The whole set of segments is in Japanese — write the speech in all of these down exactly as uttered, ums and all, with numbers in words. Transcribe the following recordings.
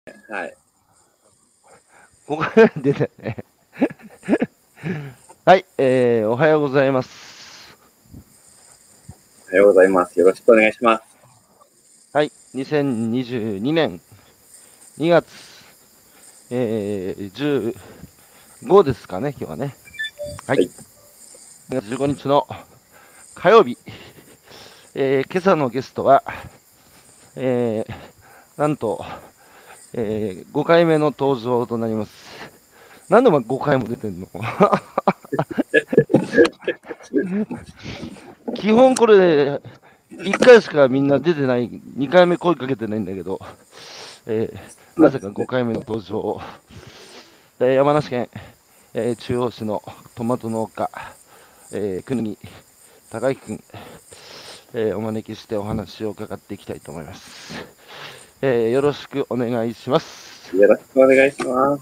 はい。 ごかいめ出てね。はい、えー、おはようございます。 おはようございます。よろしくお願いします。 はい、にせんにじゅうにねんにがつ、えー、じゅうごですかね、今日はね。はい、 はい。 にがつじゅうごにちの火曜日、えー、今朝のゲストは、えー、なんと、えー、ごかいめの登場となります。なんでお前ごかいも出てんの基本これ、いっかいしかみんな出てない、にかいめ声かけてないんだけど、えー、なぜかごかいめの登場、えー、山梨県、えー、中央市のトマト農家、えー、国木孝之君、えー、お招きしてお話を伺っていきたいと思います。えー、よろしくお願いします。 よろしくお願いします。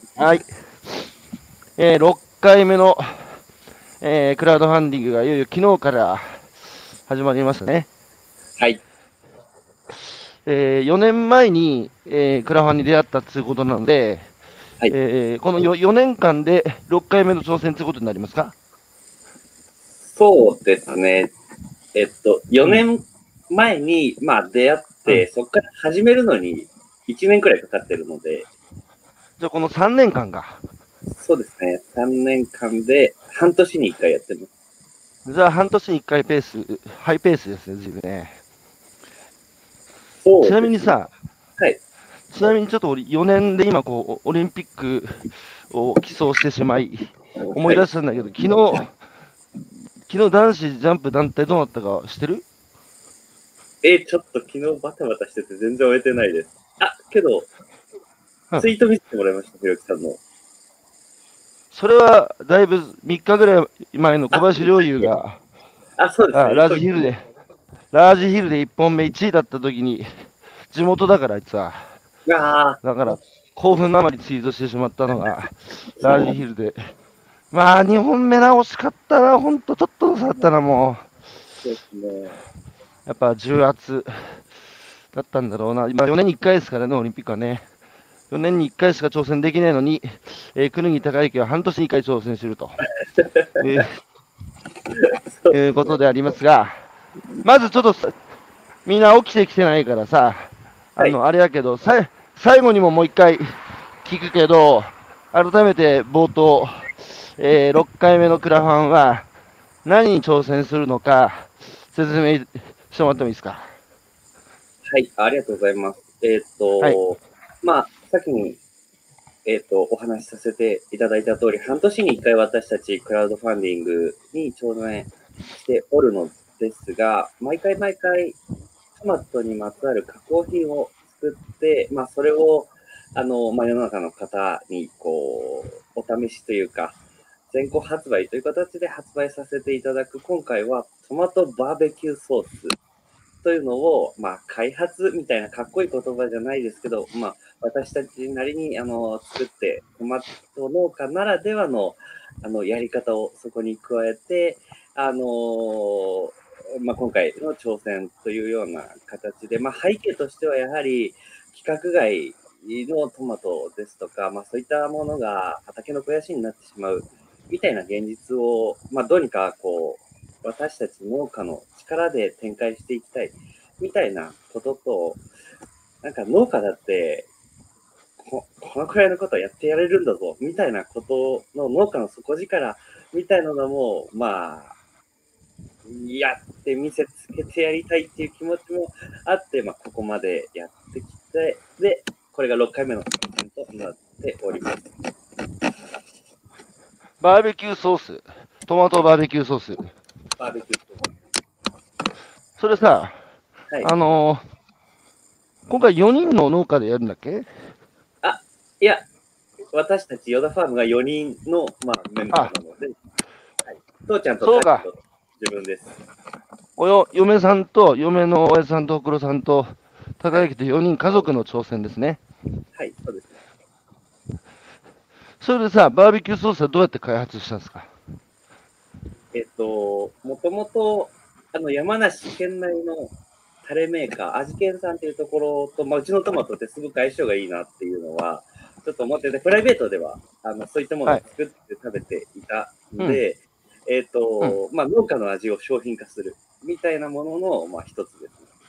はい。えー、ろっかいめの、えー、クラウドファンディングがいよいよ昨日から始まりましたね。 はい。 えー、よねんまえに、えー、クラファンに出会ったということなので、 はい。 えー、この 4, よねんかんでろっかいめの挑戦ということになりますか？ そうですね。えっと、4 うん。 年前に、まあ、出会っうん。 て、そこから始めるのにいちねんくらいかかってるので、 じゃあこのさんねんかんが。 そうですね。さんねんかんで半年にいっかいやってます。 じゃあ半年にいっかいペース、ハイペースですね、ずいぶんね。ちなそうですね。 みにさ、 はい。 ちなみにちょっと俺よねんで今こう、オリンピックを起走してしまい、思いはい。 出したんだけど、昨日、昨日男子ジャンプ団体どうなったか知ってる？ えー、ちょっと昨日バタバタしてて全然終えてないです。あ、けど、 うん。 ツイート見せてもらいました、ひろきさんの。 それはだいぶみっかぐらい前の小あ、 林陵侑が、 あ、そうですね。 あラーそうジヒルで、ラージヒルでいっぽんめいちいだった時に、地元だからあいつは、 あだから興奮のあまりツイートしてしまったのが、ラージヒルで。まあ、にほんめな、惜しかったな、ほんと、ちょっとの差だったな、もそうですね。 う。やっぱ重圧だったんだろうな。今、よねんにいっかいですからね、オリンピックはね。よねんにいっかいしか挑戦できないのに、えー、国木孝之は半年にいっかい挑戦すると、えーいうことでありますが、まずちょっとさみんな起きてきてないからさ、 はい。 あの、あれやけど、さ最後にももう一回聞くけど、改めて冒頭、えー、ろっかいめのクラファンは何に挑戦するのか説明してもらってもいいですか？ はい、ありがとうございます。えっ、 はい。 と、まあ、先に、えっ、と、お話しさせていただいた通り、半年にいっかい私たちクラウドファンディングに挑戦しておるのですが、毎回毎回トマトにまつわる加工品を作って、まあ、それを、あの、まあ、世の中の方に、こう、お試しというか、先行発売という形で発売させていただく、今回はトマトバーベキューソースというのを、まあ、開発みたいなかっこいい言葉じゃないですけど、まあ、私たちなりにあの作って、トマト農家ならではのあのやり方をそこに加えて、あのまあ、今回の挑戦というような形で、まあ、背景としてはやはり規格外のトマトですとか、まあ、そういったものが畑の肥やしになってしまうみたいな現実を、まあ、どうにかこう私たち農家の力で展開していきたいみたいなことと、なんか農家だってこ、このくらいのことやってやれるんだぞみたいなことの農家の底力みたいなのも、まあ、やって見せつけてやりたいっていう気持ちもあって、まあ、ここまでやってきて、で、これがろっかいめの挑戦となっております。 バーベキューソース。トマトバーベキューソース。 バーベキューと。 それさ、 はい。 あのー今回よにんの農家でやるんだっけ？ あ、いや、私たちヨダファームがよにんの、まあ、メンバあ、 ーなので、はい、父ちゃんとそうか。 タッチと自分です。 およ、嫁さんと、嫁の親さんとおふくろさんと、 はい。 高之とよにん家族の挑戦ですね。 はい、そうですね。 それでさ、バーベキューソースはどうやって開発したんですか？ えっと、もともと、あの、山梨県内のタレメーカー、味健さんっていうところと、まあ、うちのトマトってすごく相性がいいなっていうのは、ちょっと思ってて、プライベートではあのそういったものを作って食べていたので、はい、えっ、ー、と、うん、まあ、農家の味を商品化するみたいなものの、まあ、一つですね。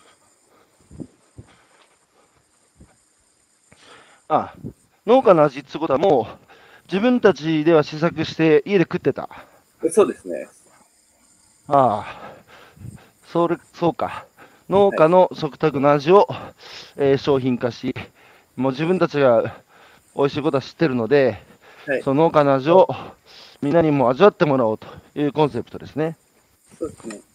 あ、農家の味ってことはもう、自分たちでは試作して家で食ってた。 そうですね。 ああ、それ、そうか。農家の食卓の味を、えー、商品化し、もう自分たちが美味しいことは知ってるので、はい、その農家の味をみんなにも味わってもらおうというコンセプトですね。 そうですね。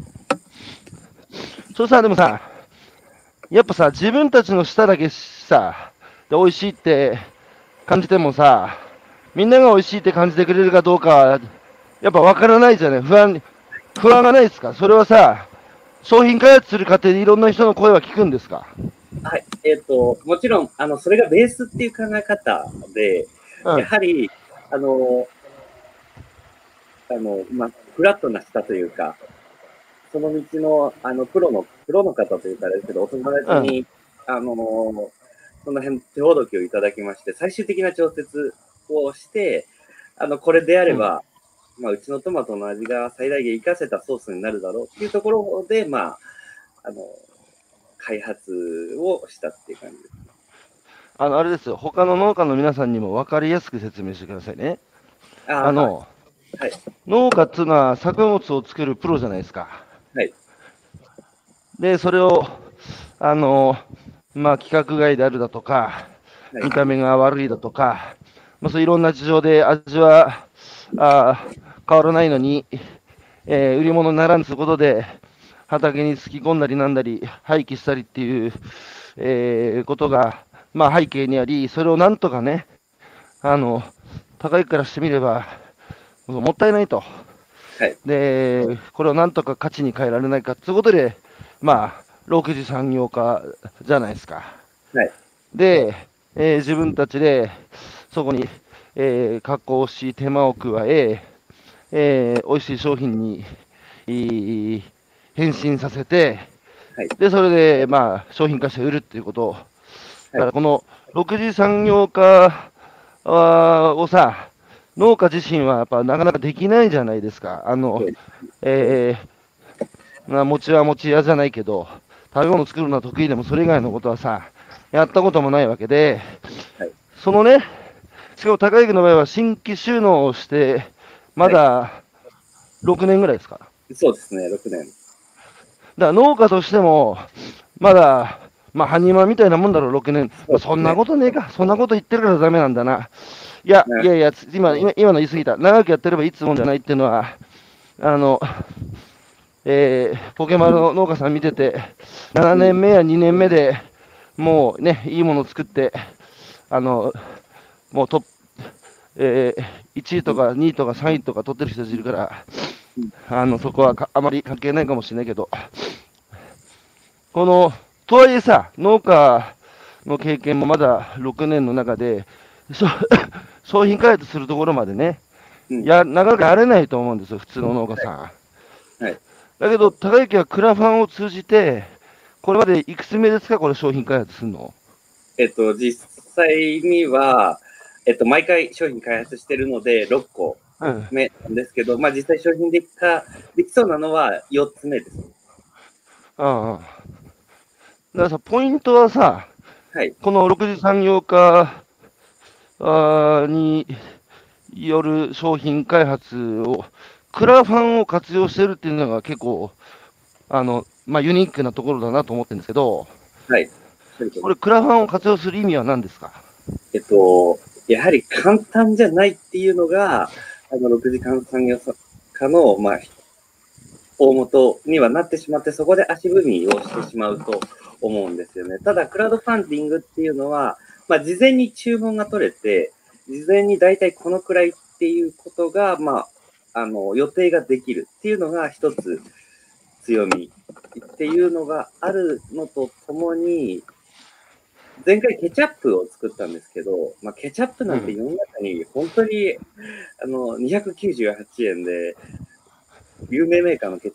そうさ、でもさ、やっぱさ、自分たちの舌だけさ、で美味しいって感じてもさ、みんなが美味しいって感じてくれるかどうか、やっぱ分からないじゃない、不安、不安がないですか、それはさ、商品開発する過程でいろんな人の声は聞くんですか。 はい、えっ、ー、と、もちろん、あの、それがベースっていう考え方で、うん、やはり、あの、あの、まあ、フラットな舌というか、その道の、あの、プロの、プロの方というかですけど、お友達に、うん、あの、その辺手ほどきをいただきまして、最終的な調節をして、あの、これであれば、うん、まあ、うちのトマトの味が最大限活かせたソースになるだろうっていうところで、まあ、あの、開発をしたっていう感じです。 あの、あれですよ、他の農家の皆さんにも分かりやすく説明してくださいね。あ, あの、はい、農家っていうのは作物を作るプロじゃないですか。 はい。 で、それを、あの、まあ、規格外であるだとか、はい、見た目が悪いだとか、まあ、そういろんな事情で味はあ変わらないのに、えー、売り物にならんということで、畑に突き込んだりなんだり、廃棄したりっていう、えー、ことが、まあ、背景にあり、それをなんとかね、あの、高いからしてみれば、もったいないと。はい、で、これをなんとか価値に変えられないかということで、まあ、ろく次産業化じゃないですか。はい、で、えー、自分たちでそこに、えー、加工し、手間を加え、えー、美味しい商品に変身させて、はい、で、それで、まあ、商品化して売るっていうことを、だからこのろく次産業化をさ、農家自身はやっぱなかなかできないじゃないですか。あの、えー、まあ、餅は餅屋じゃないけど、食べ物作るのは得意でもそれ以外のことはさ、やったこともないわけで、はい、そのね、しかも高之の場合は新規収納をして、まだろくねんぐらいですか、はい、 そうですね、ろくねん。だから農家としても、まだ、まあ、ハニマみたいなもんだろう、ろくねん。まあ、そんなことねえか。そんなこと言ってるからダメなんだな。いや、いやいや、今、今今の言い過ぎた。長くやってればいつもんじゃないっていうのは、あの、えー、ポケマルの農家さん見てて、ななねんめやにねんめでもうね、いいものを作って、あの、もうトップ、えー、いちいとかにいとかさんいとか取ってる人たちいるから、あの、そこはあまり関係ないかもしれないけど、この、とはいえさ、農家の経験もまだろくねんの中で、商品開発するところまでね、やなかなかやれないと思うんですよ、普通の農家さん。はいはい、だけど、高之はクラファンを通じて、これまでいくつ目ですか、これ、商品開発するの？ えっと、実際には、えっと、毎回商品開発してるので、ろっこめなんですけど、うん、まあ、実際商品できかできそうなのはよっつめです。 ああ。だからさ、ポイントはさ、はい、このろく次産業化による商品開発を、クラファンを活用してるっていうのが結構、あの、まあ、ユニークなところだなと思ってるんですけど、 はい。 これ、クラファンを活用する意味は何ですか？ えっと、やはり簡単じゃないっていうのが、あの、ろく次産業化の、まあ、大元にはなってしまって、そこで足踏みをしてしまうと思うんですよね。ただ、クラウドファンディングっていうのは、まあ、事前に注文が取れて、事前に大体このくらいっていうことが、まあ、あの、予定ができるっていうのが一つ強みっていうのがあるのとともに、前回ケチャップを作ったんですけど、まあ、ケチャップなんて世の中に本当に、うん、あの、にひゃくきゅうじゅうはちえんで、有名メーカーのケチャップ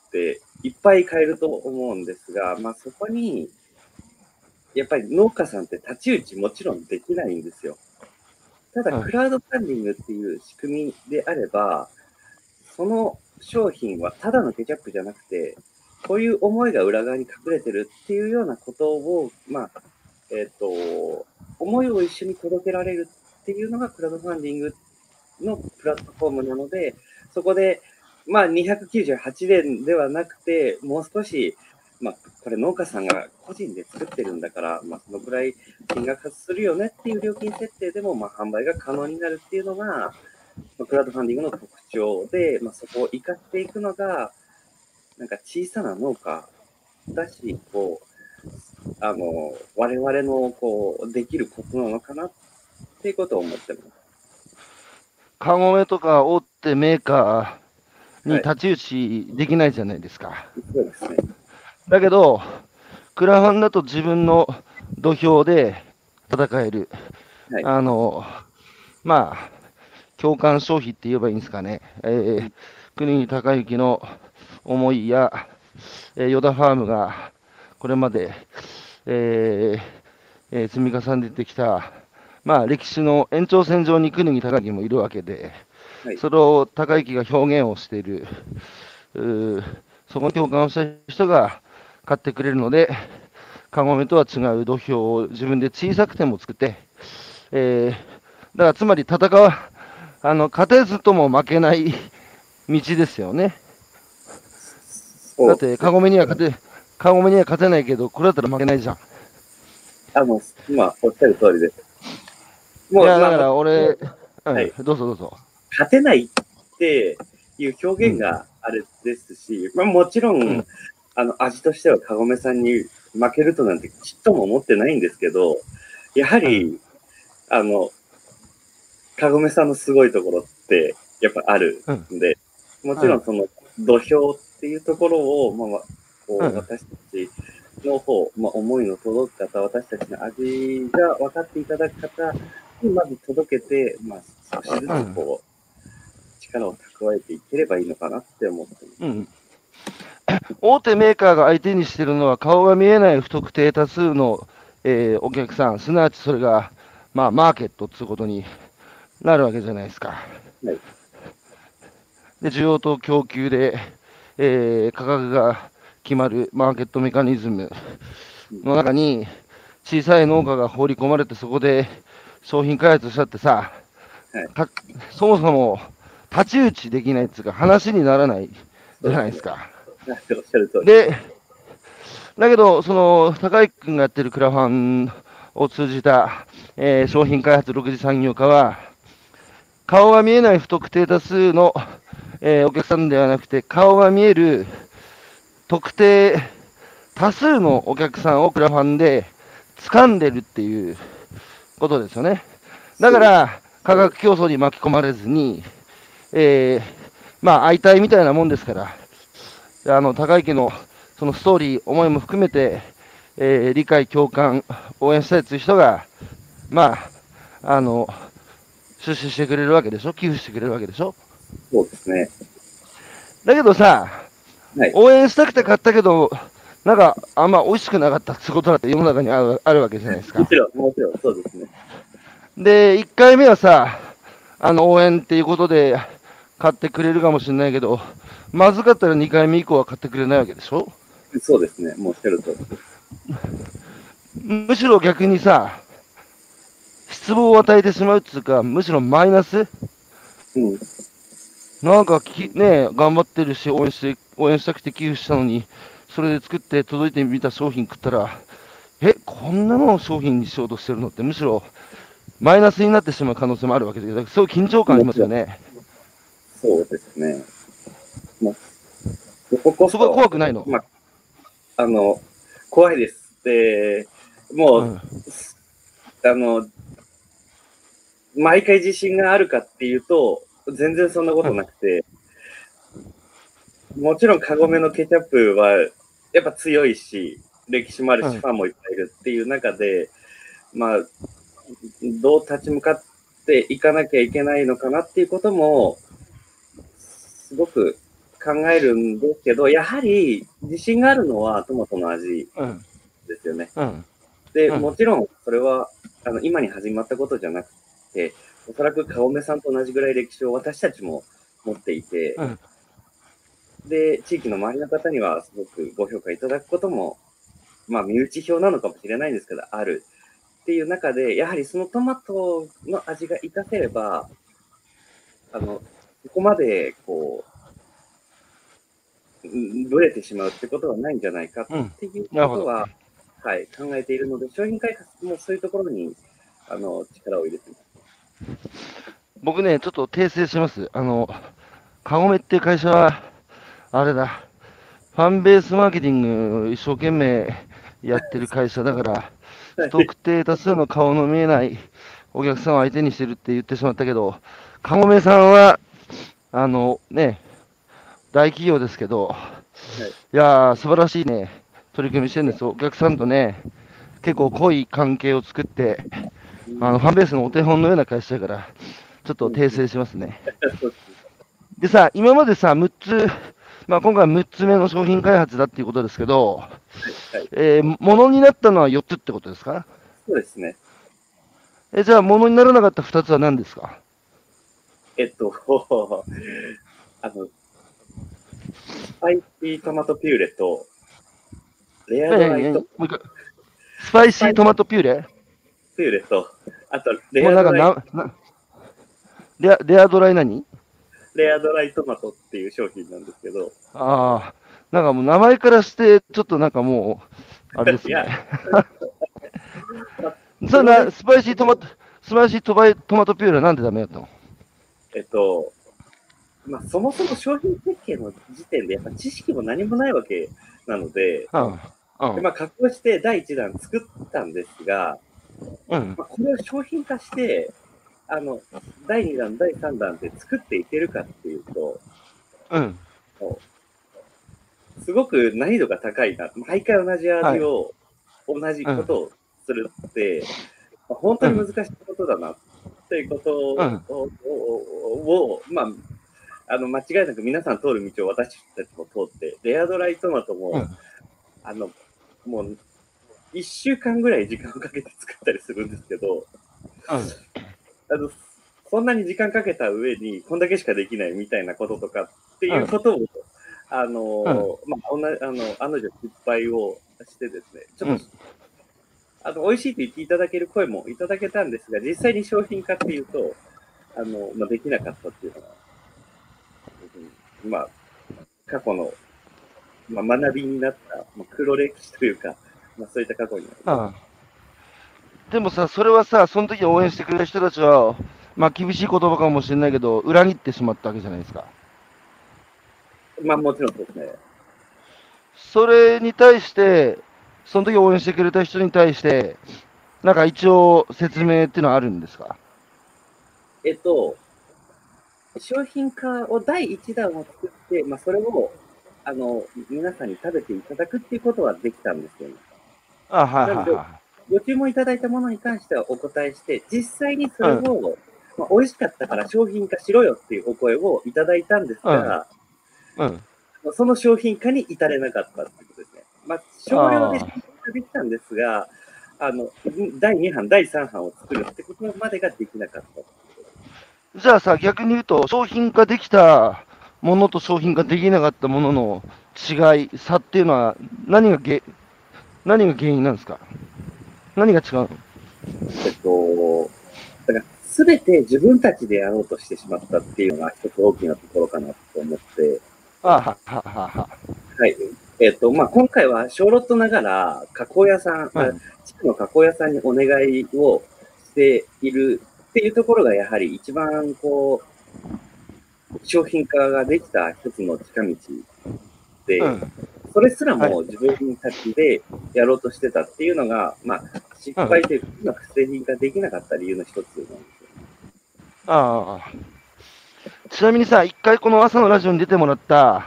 っていっぱい買えると思うんですが、まあそこに、やっぱり農家さんって太刀打ちもちろんできないんですよ。ただ、 はいクラウドファンディングっていう仕組みであれば、その商品はただのケチャップじゃなくて、こういう思いが裏側に隠れてるっていうようなことを、まあ、えっ、と、思いを一緒に届けられるっていうのがクラウドファンディングのプラットフォームなので、そこで、まあ、にひゃくきゅうじゅうはちえんではなくて、もう少し、まあ、これ農家さんが個人で作ってるんだから、まあ、そのぐらい金額するよねっていう料金設定でも、まあ、販売が可能になるっていうのが、クラウドファンディングの特徴で、まあ、そこを活かしていくのが、なんか小さな農家だし、こう、あの、我々の、こう、できることなのかなっていうことを思ってます。 カゴメとか大手メーカーにはい。 太刀打ちできないじゃないですか。 そうですね。 だけど、クラファンだと自分の土俵で戦える。 はい。 あの、まあ、共感消費って言えばいいんですかね。えー、国に高之の思いや、えー、ヨダファームがこれまで、えーえー積み重ねてきた、まあ、歴史の延長線上に国に高之もいるわけで、 はい。 それを高之が表現をしている、うーそこに共感をした人が買ってくれるので、カゴメとは違う土俵を自分で小さくても作って、えー、だからつまり戦わ、あの、勝てずとも負けない道ですよね。だって、カゴメには勝て、カゴメには勝てないけど、これだったら負けないじゃん。 あ、もう、今、おっしゃる通りです。もう、 いや、 まあ、 だから俺、うん、 はい。 どうぞどうぞ。 勝てないっていう表現があれですし、まあ、もちろん、 うん、 あの、味としてはカゴメさんに負けるとなんてちっとも思ってないんですけど、やはり、 うん、 あの、カゴメさんのすごいところって、やっぱあるうん、 んで、もちろんその土俵っていうところを、まあ、まあこう、 うん、 私たちの方、まあ、思いの届く方、私たちの味が分かっていただく方にまず届けて、まあ、少しずつこう、力を蓄えていければいいのかなって思ってます。 うん。大手メーカーが相手にしているのは、顔が見えない不特定多数の、えーお客さん、すなわちそれが、まあ、マーケットっていうことになるわけじゃないですか。 はい。 で、需要と供給で、えー価格が決まるマーケットメカニズムの中に、小さい農家が放り込まれて、そこで商品開発したってさ、 はい。 たそもそも太刀打ちできないっていうか、話にならないじゃないですか。 はい、おっしゃる通り。 で、だけど、その、高井君がやってるクラファンを通じた、えー商品開発ろく次産業化は、顔が見えない不特定多数の、えーお客さんではなくて、顔が見える特定多数のお客さんをクラファンで掴んでるっていうことですよね。だから、価格競争に巻き込まれずに、えーまあ、相対みたいなもんですから、あの、高井家のそのストーリー、思いも含めて、えー理解、共感、応援したいという人が、まあ、あの、出資してくれるわけでしょ、寄付してくれるわけでしょ。 そうですね。 だけどさ、 はい。 応援したくて買ったけど、なんか、あんま美味しくなかったってことだって世の中にあるあるわけじゃないですか。 もちろん、もちろん、そうですね。 で、いっかいめはさ、あの、応援っていうことで買ってくれるかもしれないけど、まずかったらにかいめ以降は買ってくれないわけでしょ。 そうですね。もうおっしゃる通り。 むしろ逆にさ、失望を与えてしまうっていうか、むしろマイナスうん。 なんかき、ね、頑張ってるし、応援して、応援したくて寄付したのに、それで作って届いてみた商品食ったら、え、こんなのを商品にしようとしてるのって、むしろマイナスになってしまう可能性もあるわけで、だからそういう緊張感ありますよね。 そうですね。まあ、そここそ、 そこは怖くないの。 まあ、あの、怖いです。で、もう、 うん、 あの、毎回自信があるかっていうと、全然そんなことなくて、もちろんカゴメのケチャップはやっぱ強いし、歴史もあるし、 うんファンもいっぱいいるっていう中で、まあ、どう立ち向かっていかなきゃいけないのかなっていうことも、すごく考えるんですけど、やはり自信があるのはトマトの味うん。 ですよね。 うん。 で、 うんもちろんそれはあの今に始まったことじゃなくて、おそらくカオメさんと同じぐらい歴史を私たちも持っていて、 うん。 で、地域の周りの方にはすごくご評価いただくことも、まあ、身内票なのかもしれないんですけど、あるっていう中で、やはりそのトマトの味が活かせれば、あの、ここまで、こう、うんぶれてしまうってことはないんじゃないかうん。 っていうなるほど。 ことは、はい、考えているので、商品開発もそういうところに、あの、力を入れてます。 僕ね、ちょっと訂正します。あの、カゴメっていう会社は、あれだ、ファンベースマーケティング一生懸命やってる会社だから、不特定多数の顔の見えないお客さんを相手にしてるって言ってしまったけど、カゴメさんは、あのね、大企業ですけど、 はい、 いやー、素晴らしいね、取り組みしてるんです。お客さんとね、結構濃い関係を作って、あのファンベースのお手本のような会社だから、ちょっと訂正しますね。でさ、今までさ、むっつ、まあ、今回むっつめの商品開発だっていうことですけど、 はい、 えー、ものになったのはよっつってことですか？ そうですね。 え、じゃあ、ものにならなかったふたつは何ですか？ えっと、あの、スパイシートマトピューレと、レア何ドライト何何もう一回。スパイシートマトピューレピューレと、あと、レもうなんかアドライ、 な、な、レア、レアドライ何レアドライトマトっていう商品なんですけど、 ああ、なんかもう名前からして、ちょっとなんかもう、あれですいや、 ね。 まあそれな、スパイシートマト、スパイシートバイトマトピューレはなんでダメだったの？ えっと、まあ、そもそも商品設計の時点で、やっぱ知識も何もないわけなので、 うん。うん。 でまあ、加工してだいいちだん作ったんですが、 うん。 まあ、これを商品化して、あの、だいにだん、だいさんだんで作っていけるかっていうと、 うん。 すごく難易度が高いな。毎回同じ味を、同じことをするって、まあ、本当に難しいことだなっていうことを、 うんをまあ、あの間違いなく皆さん通る道を私たちも通って、レアドライトマトも、 うん。 あの、もう、いっしゅうかんぐらい時間をかけて作ったりするんですけど、あのそんなに時間かけた上に、こんだけしかできないみたいなこととかっていうことを、あの、まあ、おなあの、案の定失敗をしてですね、ちょっと、あの、美味しいと言っていただける声もいただけたんですが、実際に商品化っていうと、あの、まあ、できなかったっていうのが、まあ、過去の、まあ、学びになった、まあ、黒歴史というか、まあ、そういった過去になります。 でもさ、それはさ、その時応援してくれた人たちは、まあ厳しい言葉かもしれないけど、裏切ってしまったわけじゃないですか。 まあ、もちろんそうですね。 それに対して、その時応援してくれた人に対して、なんか一応説明っていうのはあるんですか？ えっと、商品化をだいいちだんを作って、まあ、それを、あの、皆さんに食べていただくっていうことはできたんですよね。 あ、はいなので、 はいはご注文いただいたものに関してはお答えして、実際にそれを、 うんまあ、美味しかったから商品化しろよっていうお声をいただいたんですが、 い。うん。 その商品化に至れなかったっていうことですね。まあ、少量で商品化できたんですが、あの、だいに版、だいさん版を作るってことまでができなかった。 じゃあさ、逆に言うと、商品化できたものと商品化できなかったものの違い、差っていうのは何がげ、何が原因なんですか？何が違うの？ えっと、だから全て自分たちでやろうとしてしまったっていうのが一つ大きなところかなと思って、 あはははは。 はい。えっと、まあ、今回は小ロットながら加工屋さん、 うん、 地区の加工屋さんにお願いをしているっていうところがやはり一番こう、商品化ができた一つの近道で、 うん、 それすらも自分たちでやろうとしてたっていうのが、まあ、失敗というか、今、製品化できなかった理由の一つなんですよ。 ああ。ちなみにさ、一回この朝のラジオに出てもらった、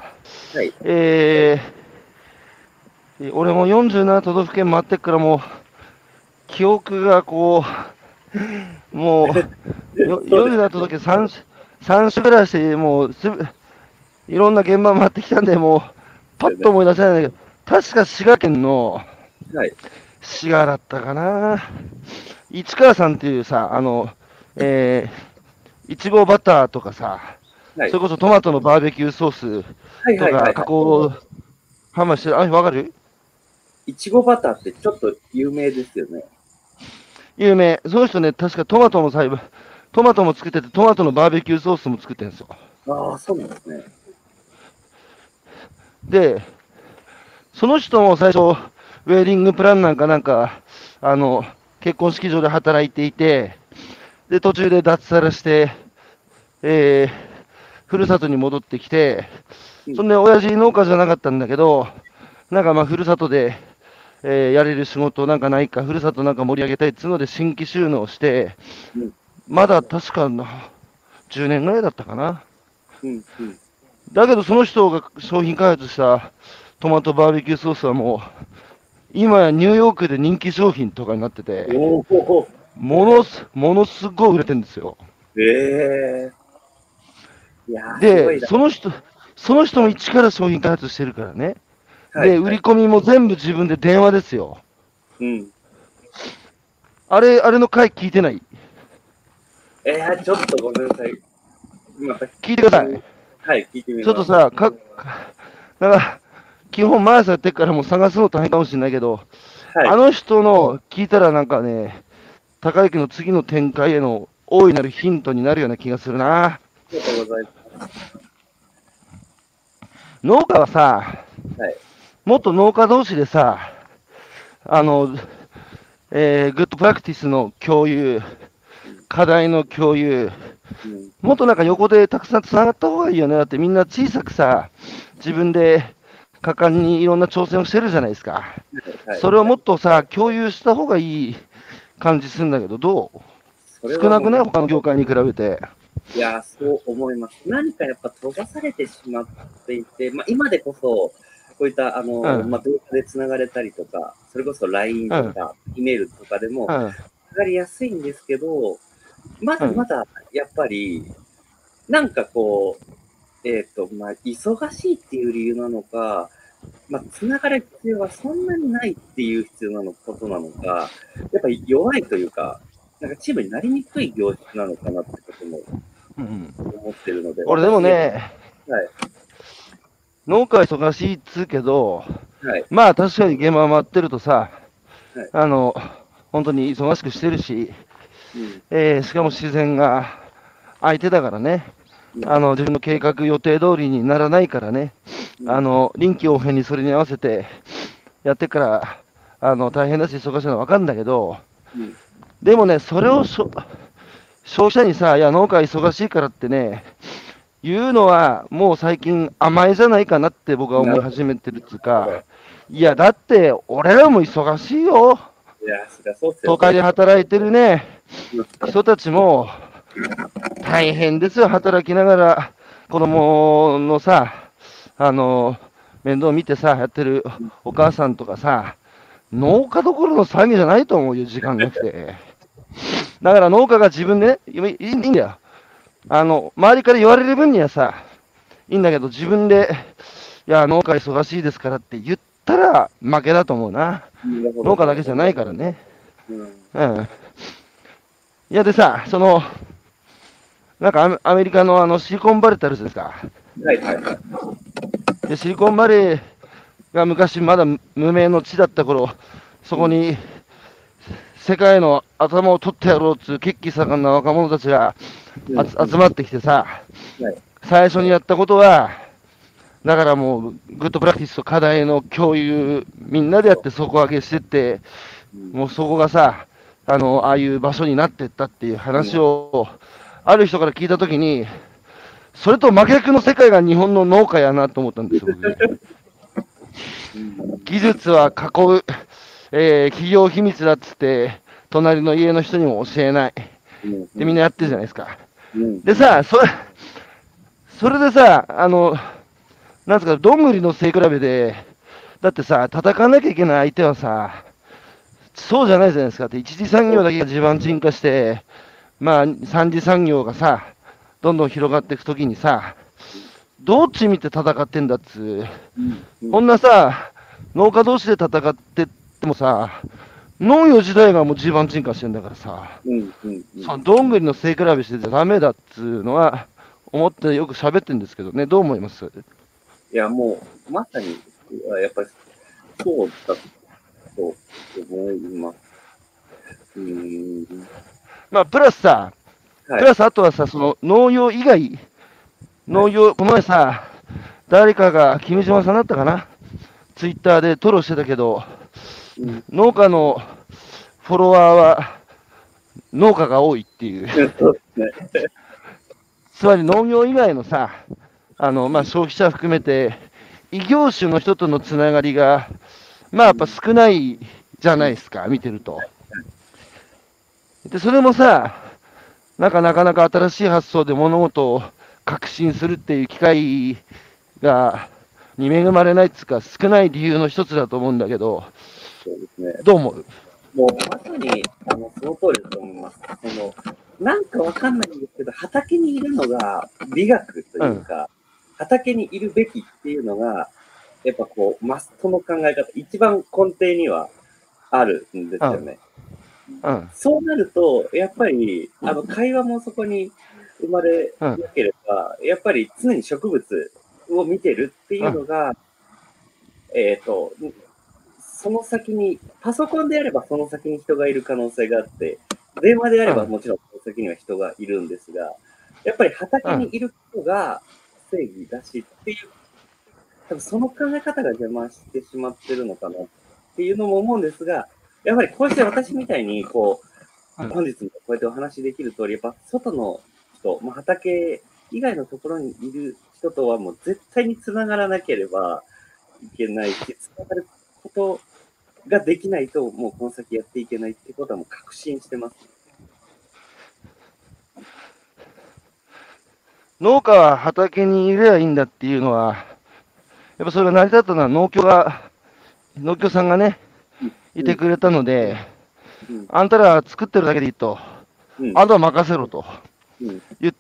はい。 えー、俺もよんじゅうなな都道府県回ってっからもう、記憶がこう、もう、よよんじゅうなな都道府県さん、さん種ぐらいして、もうすべ、 いろんな現場回ってきたんで、もう、パッと思い出せないんだけど、確か滋賀県の、 はい。 滋賀だったかな。市川さんっていうさ、あの、えー、いちごバターとかさ、 はい。 それこそトマトのバーベキューソースはいとか、 はいはいはい。 加工販売してる、あ、わかる？ いちごバターってちょっと有名ですよね。 有名。その人ね、確かトマトも栽培、トマトも作ってて、トマトのバーベキューソースも作ってるんですよ。 ああ、そうなんですね。 で、その人も最初、ウェディングプランなんかなんか、あの、結婚式場で働いていて、で、途中で脱サラして、えー、ふるさとに戻ってきて、 うん。 そんで、親父農家じゃなかったんだけど、なんかまあ、ふるさとで、えーやれる仕事なんかないか、ふるさとなんか盛り上げたいっつうので、新規収納して、 うん。 まだ確かなじゅうねんぐらいだったかな。 うん。うん。 だけど、その人が商品開発したトマトバーベキューソースはもう、今やニューヨークで人気商品とかになってて、 おお。 ものす、ものすごい売れてるんですよ。 ええー。いやー、すごで、 いな。 その人、その人も一から商品開発してるからね。で、売はいはい。 り込みも全部自分で電話ですよ。 うん。 あれ、あれの回聞いてない？ えー、ちょっとごめんなさい。また聞聞いてください。 いてみ、はい、聞いてみます。 ちょっとさ、か、かなんか、基本毎朝やってるからもう探すの大変かもしれないけど、 はい。 あの人の聞いたらなんかね、高之の次の展開への大いなるヒントになるような気がするな。 ありがとうございま農家はさ、 す。はい。 もっと農家同士でさ、あの、えーグッドプラクティスの共有、課題の共有、 うん。 もっとなんか横でたくさんつながった方がいいよね。だってみんな小さくさ、自分で果敢にいろんな挑戦をしてるじゃないですか。 はい。 それをもっとさ、共有した方がいい感じするんだけど、どう？ それ少なくない？ はもう、 他の業界に比べて。 いやー、そう思います。何かやっぱ閉ざされてしまっていて、まあ、今でこそ、こういった、あの、 うん、 まあ、動画でつながれたりとか、それこそ ラインうん、 とか、E メールとかでも、 うん、 つながりやすいんですけど、まうん、 だまだ、やっぱり、なんかこう、えっ、と、まあ、忙しいっていう理由なのか、まあ、つながる必要がそんなにないっていう必要なのことなのか、やっぱり弱いというか、なんかチームになりにくい業種なのかなってこともうん。 思ってるので、 俺でも私、 ね、 はい、 農家は忙しいっつうけど、 はい、 まあ確かに現場回ってるとさ、 はい、 あの、本当に忙しくしてるし、 うん、 えーしかも自然が相手だからね、 うん、 あの自分の計画、予定通りにならないからね、 うん、 あの臨機応変にそれに合わせてやってから、あの大変だし、忙しいのは分かるんだけど、 うん、 でもね、それをしょ消費者にさ、いや、農家忙しいからってね、言うのは、もう最近甘えじゃないかなって僕は思いなるほ始めてるっていうど。 か、いや、だって、俺らも忙しいよ。 いや、そりゃそうっすよ都会ね。 で働いてるね、 うん、 人たちも大変ですよ、働きながら、子供のさ、あの、面倒見てさ、やってるお母さんとかさ、農家どころの騒ぎじゃないと思うよ、時間なくて。だから農家が自分でね、いいいいんだよ。あの、周りから言われる分にはさ、いいんだけど、自分で、いや、農家忙しいですからって言ったら負けだと思うな。 なるほど、 農家なるほど。 だけじゃないからね。 うん、 うん。いや、でさ、その、なんかアメアメリカのあのシリコンバレーってあるじゃないですか。 はい、はい、はい。 で、シリコンバレーが昔まだ無名の地だった頃、そうん、 こに世界の頭を取ってやろうっていう血気盛んな若者たちがうん、 あつ集まってきてさ、 はい、 最初にやったことは、だからもう、グッドプラクティスと課題の共有、みんなでやって底上げしてって、 うん、 もうそこがさ、あの、ああいう場所になってったっていう話を、ある人から聞いたときに、それと真逆の世界が日本の農家やなと思ったんですよ、僕。 うん、 技術は囲う、えー企業秘密だっつって、隣の家の人にも教えない。 うん、 で、みんなやってるじゃないですか。 うん、 でさ、それ、それでさ、あの、なんつうか、どんぐりの背比べで、だってさ、戦わなきゃいけない相手はさ、そうじゃないじゃないですかって、一次産業だけが地盤沈下して、まあ、三次産業がさ、どんどん広がっていくときにさ、 どっち見て戦ってんだっつう。 うんうんこんなさ、農家同士で戦ってってもさ、農業自体がもう地盤沈下してんだからさ、 うんうんうんそのどんぐりの背比べしてちゃダメだっつうのは、思ってよく喋ってるんですけどね、どう思います？ いや、もう、まさに、やっぱり、そうだと思います。うーん。 まあ、プラスさ、 はい。 プラスあとはさ、その農業以外、農業、この前さ、誰かが、君島さんだったかな、ツイッターでトロしてたけど、 うん。 農家のフォロワーは農家が多いっていう、 そうですね。 つまり農業以外のさ、あのまあ、消費者含めて、異業種の人とのつながりが、まあやっぱ少ないじゃないですか、見てると。で、それもさ、なんかなかなか新しい発想で物事を革新するっていう機会が、に恵まれないっつうか、少ない理由の一つだと思うんだけど、 そうですね。 どう思う？ もう、まさに、あの、その通りだと思います。その、なんかわかんないんですけど、畑にいるのが美学というか、畑にいるべきっていうのが、やっぱこう、マストの考え方、一番根底にはあるんですよね。 うん、 そうなると、やっぱり、あの、会話もそこに生まれなければ、やっぱり常に植物を見てるっていうのが、えっと、その先に、パソコンであればその先に人がいる可能性があって、電話であればもちろんその先には人がいるんですが、やっぱり畑にいる人が正義だしっていう、多分その考え方が邪魔してしまってるのかなっていうのも思うんですが、やっぱりこうして私みたいに、こう、本日もこうやってお話しできる通り、やっぱ外の人、まあ、畑以外のところにいる人とはもう絶対につながらなければいけないし、つながることができないと、もうこの先やっていけないってことはもう確信してます。 農家は畑にいればいいんだっていうのは、やっぱそれが成り立ったのは農協が、農協さんがね、いてくれたので、 うん、 あんたら作ってるだけでいいと、 うん、 あとは任せろとうん、 言って、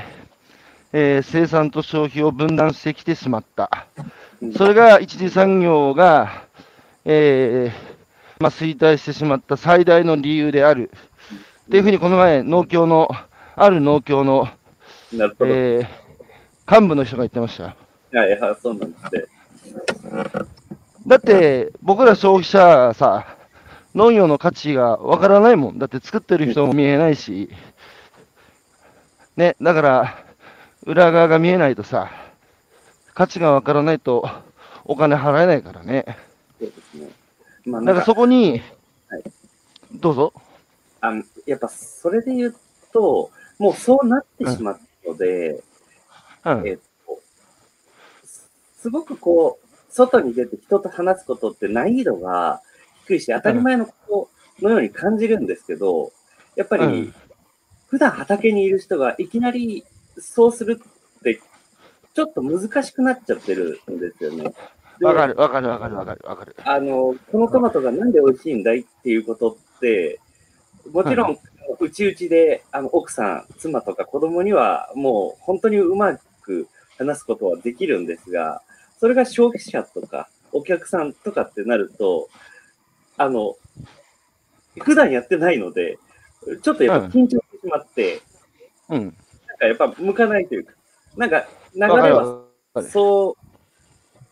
えー生産と消費を分断してきてしまった。 うん、 それが一次産業が、えーまあ、衰退してしまった最大の理由である。っていうふうにこの前、農協の、ある農協の、 なるほど。 えー幹部の人が言ってました。 はい、はい、そうなんですね。 だって、僕ら消費者さ、農業の価値がわからないもん。だって作ってる人も見えないし、ね、だから、裏側が見えないとさ、価値がわからないとお金払えないからね。 そうですね。まあ、 だからなんか、 そこに、 はい、 どうぞ。 あのやっぱそれで言うと、もうそうなってしまったので、 うん、 えっと、すごくこう、外に出て人と話すことって難易度が低いし、当たり前のことのように感じるんですけど、やっぱうん、 り、普段畑にいる人がいきなりそうするって、ちょっと難しくなっちゃってるんですよね。 わかる、わかる、わかる、わかる、わかる。 あの、このトマトがなんで美味しいんだいっていうことって、もちろん、うちうちで、あの、奥さん、妻とか子供には、もう本当にうまく話すことはできるんですが、それが消費者とか、お客さんとかってなると、あの、普段やってないので、ちょっとやっぱ緊張してしまって、 うん。 なんかやっぱ向かないというか、なんか流れわかる、 は、 わかる。 そう、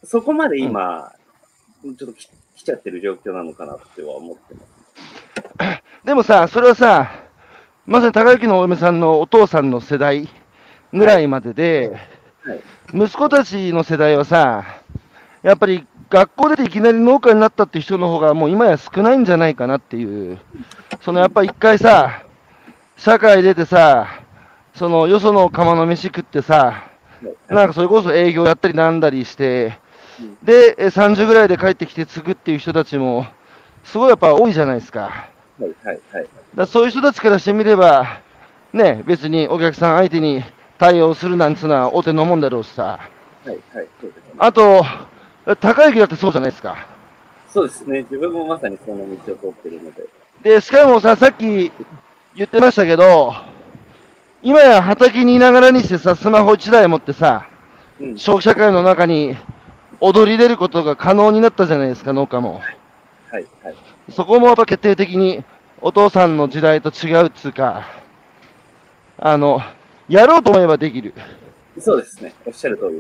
そこまでうん。 今、ちょっとき来ちゃってる状況なのかなっては思ってます。 でもさ、それはさ、まさに高之のお嫁さんのお父さんの世代ぐはい。 らいまでで、 はい。 息子たちの世代はさ、やっぱり学校出ていきなり農家になったっていう人の方がもう今や少ないんじゃないかなっていう、そのやっぱ一回さ、社会出てさ、そのよその釜の飯食ってさ、なんかそれこそ営業やったりなんだりして、 うん、 で、えさんじゅうぐらいで帰ってきて継ぐっていう人たちも、すごいやっぱ多いじゃないですか。 はい、はい、はい。 だからそういう人たちからしてみれば、ね、別にお客さん相手に対応するなんつうのはお手のもんだろうしさ。 はい、はい、そうですね。 あと、高之だってそうじゃないですか。 そうですね。自分もまさにその道を通ってるので。 で、しかもさ、さっき言ってましたけど、今や畑にいながらにしてさ、スマホいちだい持ってさ、 うん。 消費社会の中に踊り出ることが可能になったじゃないですか、農家も。 はい、はい。 そこもやっぱ決定的にお父さんの時代と違うっつうか、あの、やろうと思えばできる。 そうですね。おっしゃる通りです。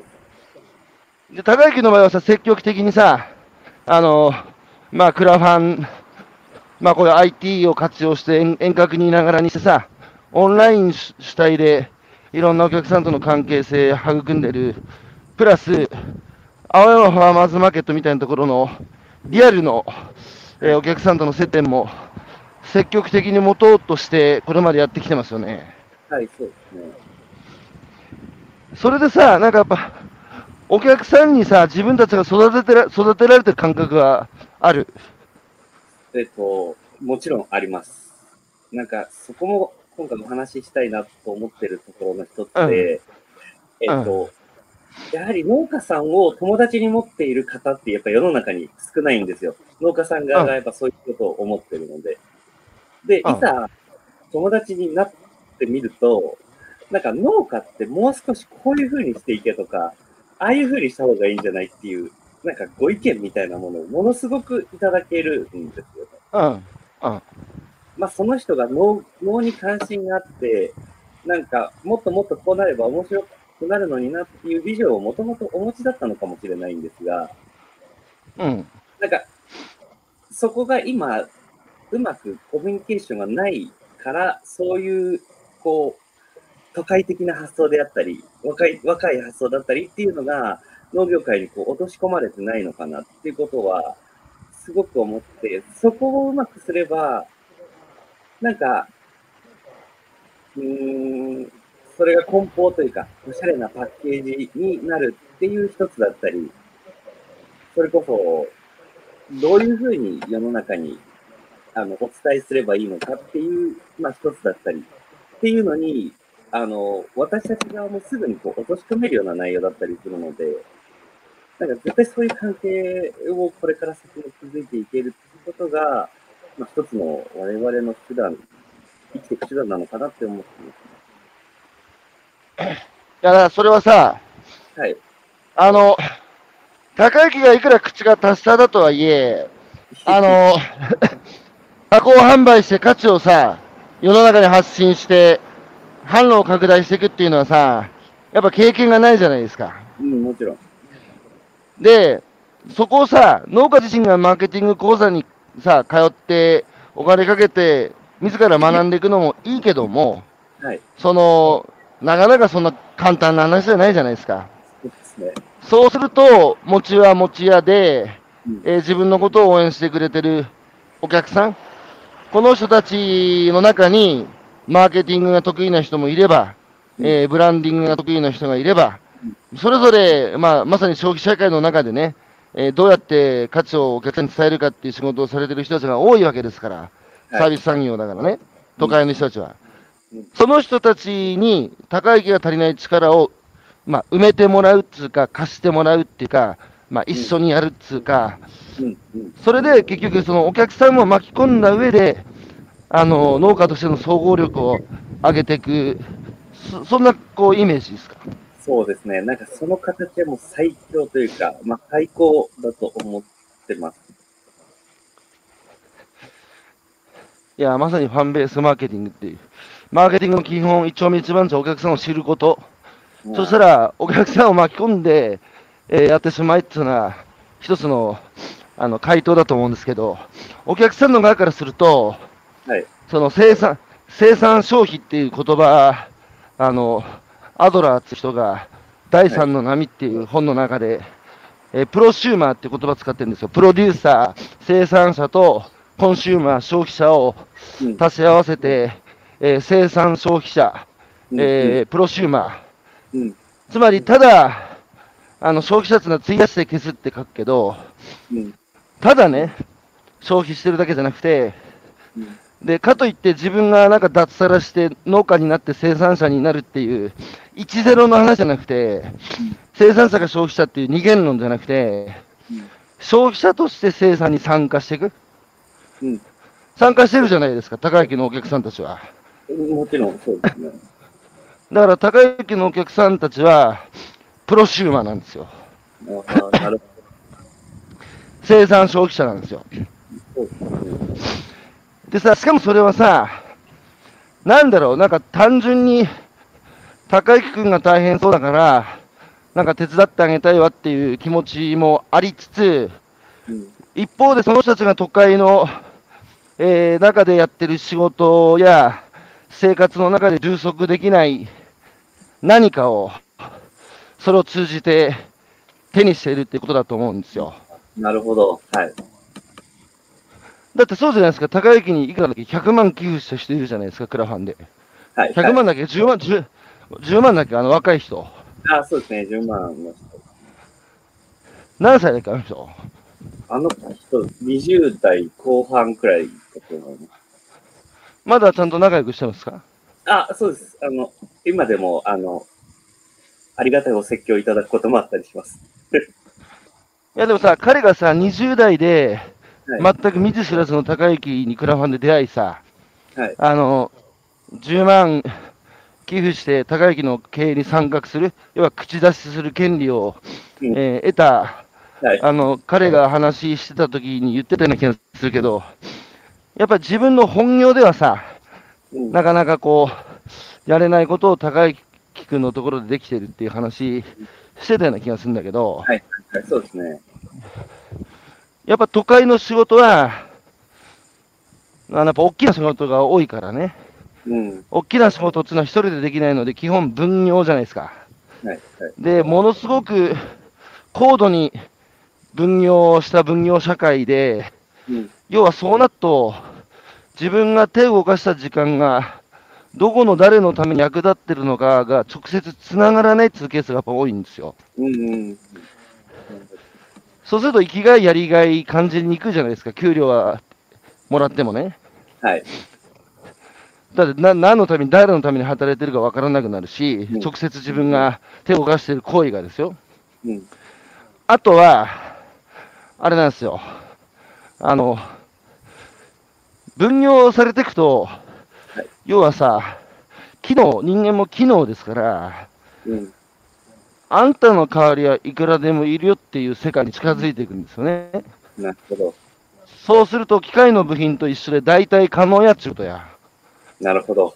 で、高之の場合はさ、積極的にさ、あの、まあ、クラファン、まあ、こういう アイティー を活用して遠遠隔にいながらにしてさ、オンはい。 ライン主主体でいろんなお客さんとの関係性育んでる、プラス、青山ファーマーズマーケットみたいなところのリアルの、えはい。 ーお客さんとの接点も積極的に持とうとして、これまでやってきてますよね。 はい、そうですね。 それでさ、なんかやっぱ、お客さんにさ、自分たちが育ててら育てられてる感覚がある。 えっと、もちろんあります。なんか、そこも今回お話ししたいなと思ってるところの一うん、 つで、えうん、 っと、やはり農家さんを友達に持っている方ってやっぱ世の中に少ないんですよ。農家さんうん、 側がやっぱそういうことを思ってるので。で、 うん、 いざ友達になってみると、なんか農家ってもう少しこういう風にしていけとか、ああいう風にした方がいいんじゃないっていう、なんかご意見みたいなものをものすごくいただけるんですよね。 うん、うん、 まあその人が農農に関心があって、なんかもっともっとこうなれば面白くなるのになっていうビジョンをもともとお持ちだったのかもしれないんですが、 うん、 なんかそこが今、うまくコミュニケーションがないから、そういう、こう、都会的な発想であったり、若い、若い発想だったりっていうのが、農業界にこう落とし込まれてないのかなっていうことは、すごく思って、そこをうまくすれば、なんか、うーん、それが梱包というか、おしゃれなパッケージになるっていう一つだったり、それこそ、どういうふうに世の中にあの、お伝えすればいいのかっていう、まあ、一つだったりっていうのに、あの、私たち側もすぐにこう落とし込めるような内容だったりするので、なんか絶対そういう関係をこれから先も築いていけるっていうことが、まあ、一つの我々の手段、生きていく手段なのかなって思ってます。 いや、それはさ、 はい。 あの、高之がいくら口が達者だとはいえ、あの、加工販売して価値をさ、世の中に発信して、販路を拡大していくっていうのはさ、やっぱ経験がないじゃないですか。 うん、もちろん。 で、そこをさ、農家自身がマーケティング講座にさ、通って、お金かけて、自ら学んでいくのもいいけども、 はい。 その、なかなかそんな簡単な話じゃないじゃないですか。 そうですね。 そうすると、餅は餅屋で、 うん。 えー自分のことを応援してくれてるお客さん、この人たちの中に、マーケティングが得意な人もいれば、 うん。 えーブランディングが得意な人がいれば、 うん。 それぞれ、まあ、まさに消費社会の中でね、えーどうやって価値をお客さんに伝えるかっていう仕事をされてる人たちが多いわけですから、 はい。 サービス産業だからね、都うん。 会の人たちは。 うん。 その人たちに高い木が足りない力を、まあ、埋めてもらうっていうか、貸してもらうっていうか、まあ、一うん。 緒にやるっていうか、 うん。うん。 それで結局そのお客さんも巻き込んだ上で、あの、農家としての総合力を上げていく、そそんなこうイメージですか。 そうですね。なんかその形はもう最強というか、まあ最高だと思ってます。 いや、まさにファンベースマーケティングっていう。マーケティングの基本、一丁目一番地お客さんを知ること。そしたまあ、 ら、お客さんを巻き込んで、えーやってしまいっていうのは、一つの、あの、回答だと思うんですけど、お客さんの側からすると、 はい。 その生産、生産消費っていう言葉、あの、アドラーって人が、第はい。 三の波っていう本の中で、えープロシューマーって言葉を使ってるんですよ。プロデューサー、生産者とコンシューマー、消費者をうん。 足し合わせて、えー生産消費者、 うん。うん。 えープロシューマー。 うん。 つまり、ただ、あの消費者っていうのは費やして消すって書くけど、 うん。 ただね、消費してるだけじゃなくて、 うん。 で、かといって自分がなんか脱サラして農家になって生産者になるっていう、いちゼロの話じゃなくて、 うん。 生産者が消費者っていう二元論じゃなくて、 うん。 消費者として生産に参加していく。 うん。 参加してるじゃないですか、高之のお客さんたちは。 もちろんそうですね。 だから高之のお客さんたちは、 プロシューマーなんですよ。 あなる生産消費者なんですよ。 ほど。そうですね。 でさ、しかもそれはさ、なんだろう、なんか単純に、高之くんが大変そうだから、なんか手伝ってあげたいわっていう気持ちもありつつ、 うん。 一方でその人たちが都会の、えー中でやってる仕事や生活の中で充足できない何かを、それを通じて手にしているっていうことだと思うんですよ。 なるほど。はい。 だってそうじゃないですか、高之にいくらだっけ、ひゃくまん寄付した人いるじゃないですか、クラファンで。 はい。 100 はい。 万だっけ、じゅうまん、じゅう、じゅうまんだっけ、あの若い人。 あ、そうですね。じゅうまんの人。 何歳だっけ、あの人。 あの人、にじゅう代後半くらいだと思います。 まだちゃんと仲良くしてますか？ あ、そうです。あの、今でも、あの、ありがたいお説教いただくこともあったりします。 いやでもさ、彼がさ、にじゅう代で、 はい。 全く見ず知らずの高之にクラファンで出会いさ、 はい。 あの、じゅうまん寄付して高之の経営に参画する、要は口出しする権利を、 うん。 えー得た、 はい。 あの、彼が話してた時に言ってたような気がするけど、やっぱり自分の本業ではさ、 うん。 なかなかこう、やれないことを高之君のところでできてるっていう話してたような気がするんだけど、 はい。はい。そうですね。 やっぱ都会の仕事は、あのやっぱ大きな仕事が多いからね、 うん。 大きな仕事っていうのは一人でできないので、基本分業じゃないですか。 はい。はい。 で、ものすごく高度に分業した分業社会で、 うん。 要はそうなると、自分が手を動かした時間が、どこの誰のために役立ってるのかが直接つながらないっていうケースがやっぱ多いんですよ。 うん。うん。 そうすると生きがい、やりがい感じにくいじゃないですか、給料はもらってもね。 はい。 だってな何のために、誰のために働いてるか分からなくなるし、 うん。 直接自分が手を動かしている行為がですよ。 うん。 あとは、あれなんですよ。あの、分業されていくと、 はい。 要はさ、機能、人間も機能ですから、 うん。 あんたの代わりはいくらでもいるよっていう世界に近づいていくんですよね。 なるほど。 そうすると、機械の部品と一緒で代替可能やっちゅうとや。 なるほど。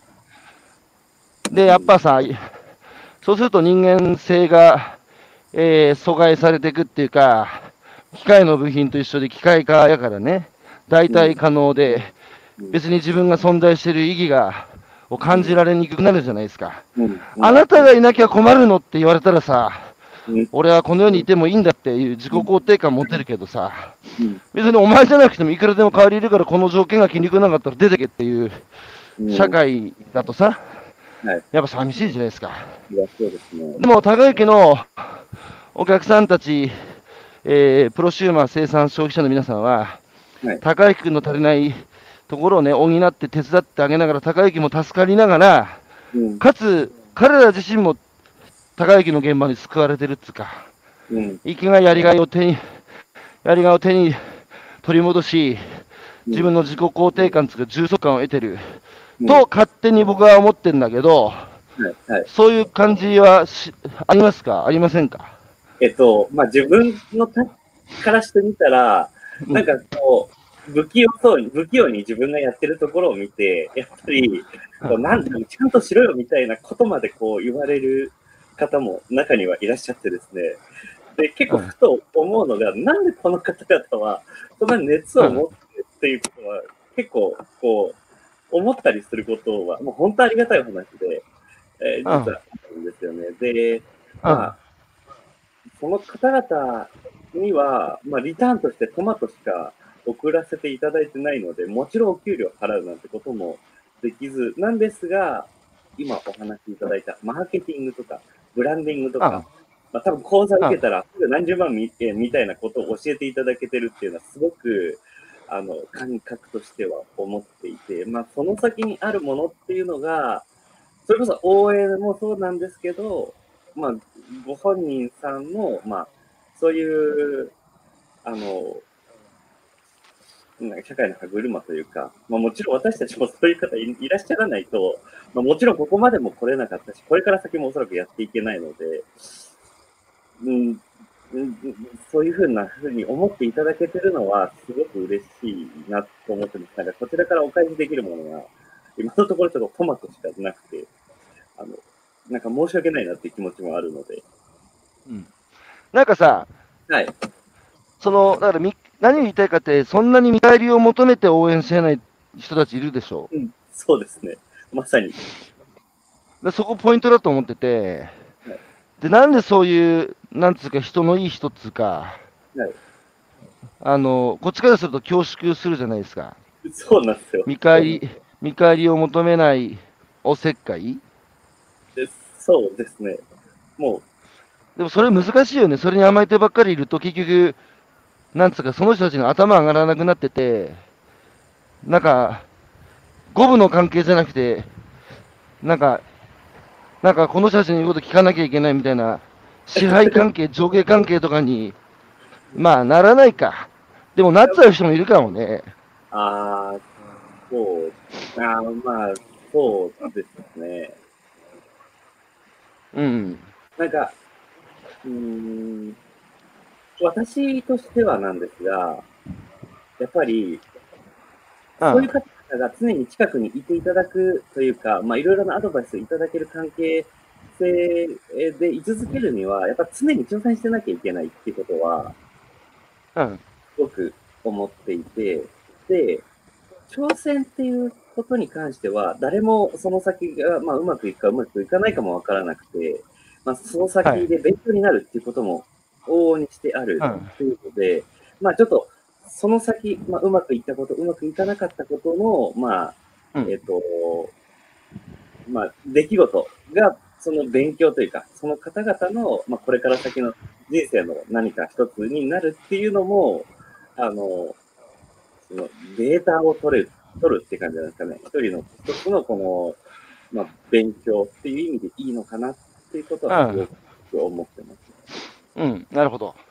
で、やっぱさ、そうすると人間性が、えー阻害されていくっていうか、機械の部品と一緒で機械化やからね、代うん。 替可能で、 うん。 別に自分が存在している意義が、を感じられにくくなるじゃないですか。 うん。うん。 あなたがいなきゃ困るのって言われたらさ、 うん。 俺はこの世にいてもいいんだっていう自己肯定感持てるけどさ、 うん。 別にお前じゃなくてもいくらでも代わりいるからこの条件が気に食わなかったら出てけっていう社うん。 会だとさ、 はい。 やっぱ寂しいじゃないですか。 いや、そうですね。 でも、高之のお客さんたち、えープロシューマー生産消費者の皆さんは、 はい。 高之君の足りないところをね、補って手伝ってあげながら、高之も助かりながら、 うん。 かつ、彼ら自身も高之の現場に救われてるっつうか、 うん。 生きがいやりがいを手に、やりがいを手に取り戻し、 うん。 自分の自己肯定感つうか充足感を得てるうん。 と勝手に僕は思ってるんだけど、 はい。はい。 そういう感じはしありますか、ありませんか？ えっと、まあ、自分のたからしてみたら、 うん、 なんかこう、不器用そうに、不器用に自分がやってるところを見て、やっぱり、こうなんでもちゃんとしろよみたいなことまでこう言われる方も中にはいらっしゃってですね。で、結構うん、 ふと思うのが、なんでこの方々は、そんな熱うん、 を持ってっていうことは、結構、こう、思ったりすることは、もう本当ありがたい話で、えーうん、 実はあるんですよね。で、 うん、 まあ、その方々には、まあ、リターンとしてトマトしか送らせていただいてないので、もちろんお給料払うなんてこともできずなんですが、今お話しいただいたマーケティングとか、ブランディングとか、 うん、 まあ、多分講座うん、 受けたら何十万みえみたいなことを教えていただけてるっていうのはすごくあの感覚としては思っていて、まあ、その先にあるものっていうのが、それこそ応援もそうなんですけど、まあ、ご本人さんの、まあ、そういう、あの、なんか社会の歯車というか、まあ、もちろん私たちもそういう方いいらっしゃらないと、まあ、もちろんここまでも来れなかったし、これから先もおそらくやっていけないので、 うんうんそういうふうなふうに思っていただけてるのは、すごく嬉しいなと思ってます。なんか、こちらからお返しできるものが、今のところちょっとトマトしかなくて、あの、なんか申し訳ないなっていう気持ちもあるので。 うん。なんかさ、 はい。 その、だからみ、何を言いたいかって、そんなに見返りを求めて応援せない人たちいるでしょ。 うん、そうですね。まさに。 でそこポイントだと思ってて、 はい。 で、なんでそういう、なんつうか、人のいい人っつうか、 はい。 あの、こっちからすると恐縮するじゃないですか。 そうなんですよ。 見返り、見返りを求めないおせっかい。 でそうですね。もでもそれ難しいよね。それに甘えてばっかりいると、結局、なんつうか、その人たちの頭上がらなくなってて、なんか、五分の関係じゃなくて、なんか、なんかこの人たちの言うこと聞かなきゃいけないみたいな、支配関係、上下関係とかに、まあ、ならないか。でも、なっちゃう人もいるかもね。 う、ああ、そう、ああ、まあ、そうですね。 うん。 なんか、うーん、私としてはなんですが、やっぱり、そういうあ方々が常に近くにいていただくというか、まあ、いろいろなアドバイスをいただける関係性で居続けるには、やっぱ常に挑戦してなきゃいけないっていうことは、 あ、うん。 すごく思っていて、で、挑戦っていうことに関しては、誰もその先が、まあ、うまくいくかうまくいかないかもわからなくて、まあ、そのはい。 先で勉強になるっていうことも往々にしてあるうん。 というので、まあ、ちょっと、その先、まあ、うまくいったこと、うまくいかなかったことの、まあ、 うん。 えっと、まあ、出来事が、その勉強というか、その方々の、まあ、これから先の人生の何か一つになるっていうのも、あの、そのデータを取る、取るって感じなんですかね。一人の、一つのこの、まあ、勉強っていう意味でいいのかなっていうことはすごく思ってます。 うん。なるほど。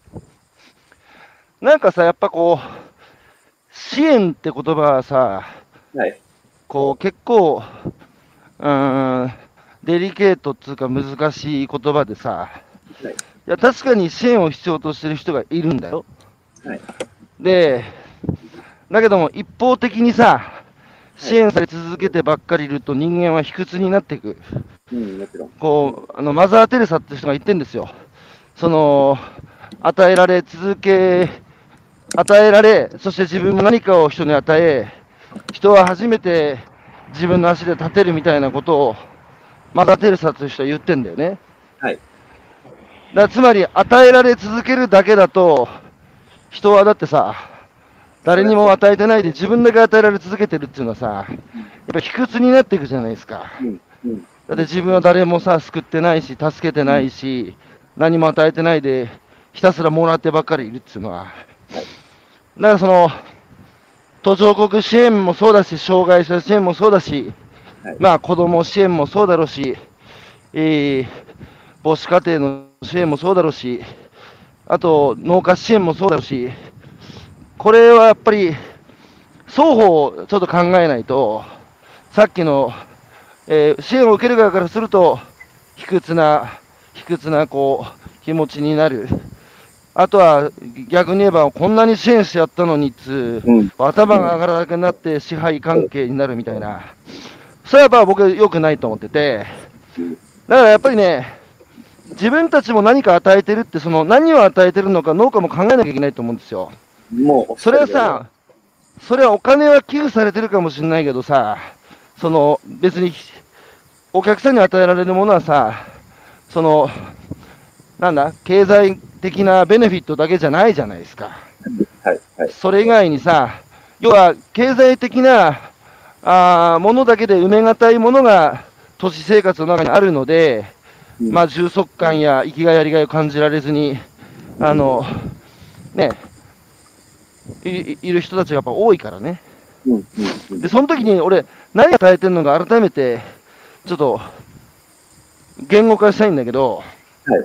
なんかさ、やっぱこう、支援って言葉はさ、 はい。 こう、結構、うーん、デリケートっつうか難しい言葉でさ、 はい。 いや、確かに支援を必要としてる人がいるんだよ。 はい。 で、だけども一方的にさ、 はい。 支援され続けてばっかりいると人間は卑屈になっていく。 うん、もちろん。 こう、あの、マザー・テレサって人が言ってんですよ。その、与えられ続け、与えられ、そして自分も何かを人に与え、人は初めて自分の足で立てるみたいなことを、マザー・テレサという人は言ってんだよね。 はい。 だからつまり、与えられ続けるだけだと、人はだってさ、誰にもそれはそう。 与えてないで自分だけ与えられ続けてるっていうのはさ、やっぱ卑屈になっていくじゃないですか。 うん。うん。 だってうん。 自分は誰もさ、救ってないし、助けてうん。 ないし、何も与えてないで、ひたすらもらってばっかりいるっていうのは。 はい。 だからその、途上国支援もそうだし、障害者支援もそうだし、 はい。 まあ子供支援もそうだろうし、えー、母子家庭の支援もそうだろうし、あと農家支援もそうだろうし、これはやっぱり双方ちょっと考えないと、さっきの、えー支援を受ける側からすると、卑屈な、卑屈なこう気持ちになる。あとは逆に言えば、こんなに支援してやったのにっつうん。 う、頭うん。 が上がらなくなって支配関そう。 係になるみたいな、それはやっぱ僕、良くないと思ってて、 うん。 だからやっぱりね、自分たちも何か与えてるって、その何を与えてるのか、農家も考えなきゃいけないと思うんですよ。 もうおっしそゃる通りです。 れはさ、それはお金は寄付されてるかもしれないけどさ、その別にお客さんに与えられるものはさ、その、なんだ、経済的なベネフィットだけじゃないじゃないですか。 はい。はい。 それ以外にさ、要は経済的なあーものだけで埋めがたいものが都市生活の中にあるので、 うん。 まあ、充足感や生きがいやりがいを感じられずに、あの、ね、いいる人たちがやっぱ多いからね。 うん。うん。うん。 で、その時に俺、何が与えてるのか改めて、ちょっと言語化したいんだけど、 はい。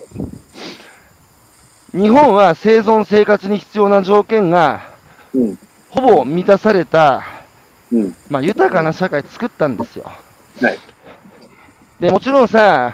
日本は生存生活に必要な条件がうん。 ほぼ満たされた、 うん。 まあ、豊かな社会作ったんですよ。 はい。 で、もちろんさ、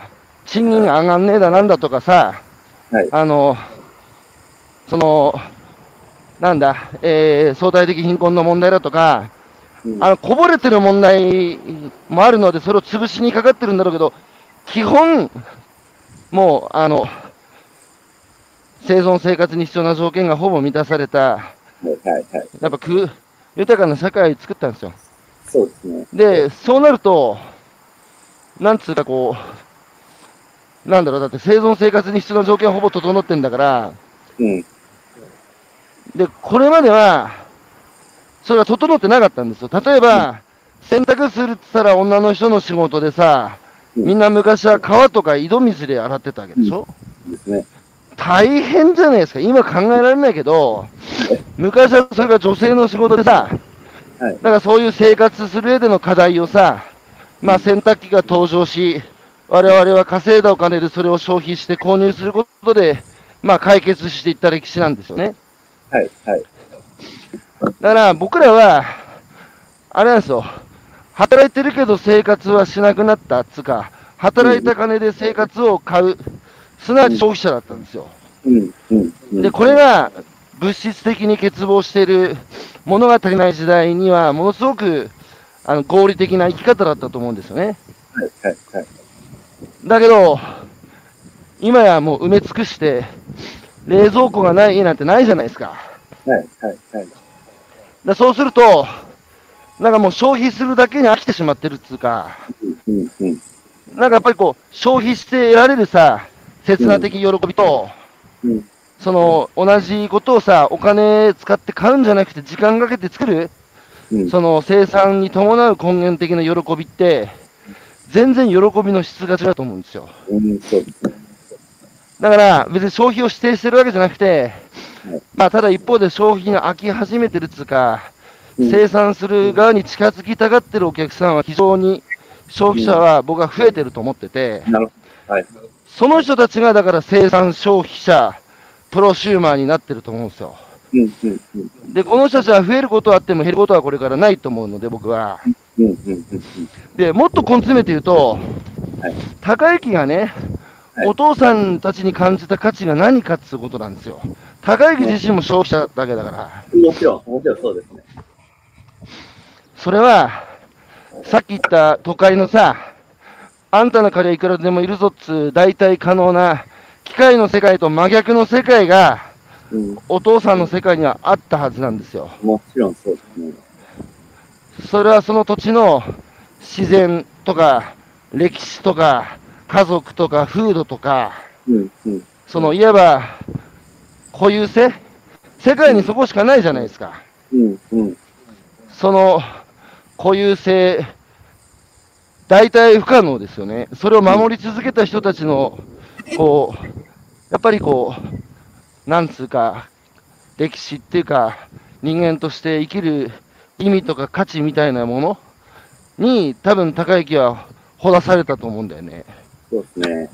賃金上がんねえだなんだとかさ、 はい。 あの、その、なんだ、えー相対的貧困の問題だとか、 うん。 あの、こぼれてる問題もあるので、それを潰しにかかってるんだろうけど、基本、もう、あの、生存生活に必要な条件がほぼ満たされた、 はいはいはい。 やっぱく豊かな社会を作ったんですよ。 そうですね。 で、そうなると、なんつうかこう、なんだろう、だって生存生活に必要な条件はほぼ整ってんだから、 うん。 で、これまでは、それが整ってなかったんですよ。例えうん。 ば、洗濯するって言ったら女の人の仕事でさ、 うん。 みんな昔は川とか井戸水で洗ってたわけうん。 でしょ。 ですね。 大変じゃないですか。今考えられないけど、昔はそれが女性の仕事でさ、 はい。 だからそういう生活する上での課題をさ、まあ洗濯機が登場し、我々は稼いだお金でそれを消費して購入することで、まあ解決していった歴史なんですよね。 はいはい。 だから僕らは、あれなんですよ。働いてるけど生活はしなくなったっつうか、働いた金で生活を買う、すなわち消費者だったんですよ。 うんうんうん。 で、これが物質的に欠乏している、物が足りない時代には、ものすごくあの合理的な生き方だったと思うんですよね。 はいはいはい。 だけど、今やもう埋め尽くして、冷蔵庫がない家なんてないじゃないですか。 はいはいはい。 だそうすると、なんかもう消費するだけに飽きてしまってるっつうか、 うんうんうん。 なんかやっぱりこう、消費して得られるさ、刹那的喜びと、 うん。 その同じことをさ、お金使って買うんじゃなくて、時間かけて作る、 うん。 その生産に伴う根源的な喜びって、全然喜びの質が違うと思うんですよ。 うん。そうですね。 だから別に消費を指定してるわけじゃなくて、 はい。 まあ、ただ一方で消費に飽き始めてるっつうか、 うん。 生産する側に近づきたがってるお客さんは非常に、消費者は僕は増えてると思ってて、 なるほど。はい。 その人たちがだから生産消費者、プロシューマーになってると思うんですよ。 うんうんうんで、この人たちは増えることはあっても減ることはこれからないと思うので、僕は。 うんうんうんうん。 で、もっと根詰めて言うと、 はい。 高之がね、 はい。 お父さんたちに感じた価値が何かっていうことなんですよ。高之自身も消費者だけだから。 もちろん、もちろんそうですね。 それは、さっき言った都会のさ、あんたの彼はいくらでもいるぞっつう代替可能な機械の世界と真逆の世界がうん。 お父さんの世界にはあったはずなんですよ。 もちろんそうですね。 それはその土地の自然とか歴史とか家族とか風土とか、 うんうんそのいわば固有性、世界にそこしかないじゃないですか。 うんうんその固有性、大体不可能ですよね。それを守り続けた人たちの、こう、やっぱりこう、なんつうか、歴史っていうか、人間として生きる意味とか価値みたいなものに、多分高之はほだされたと思うんだよね。 そうですね。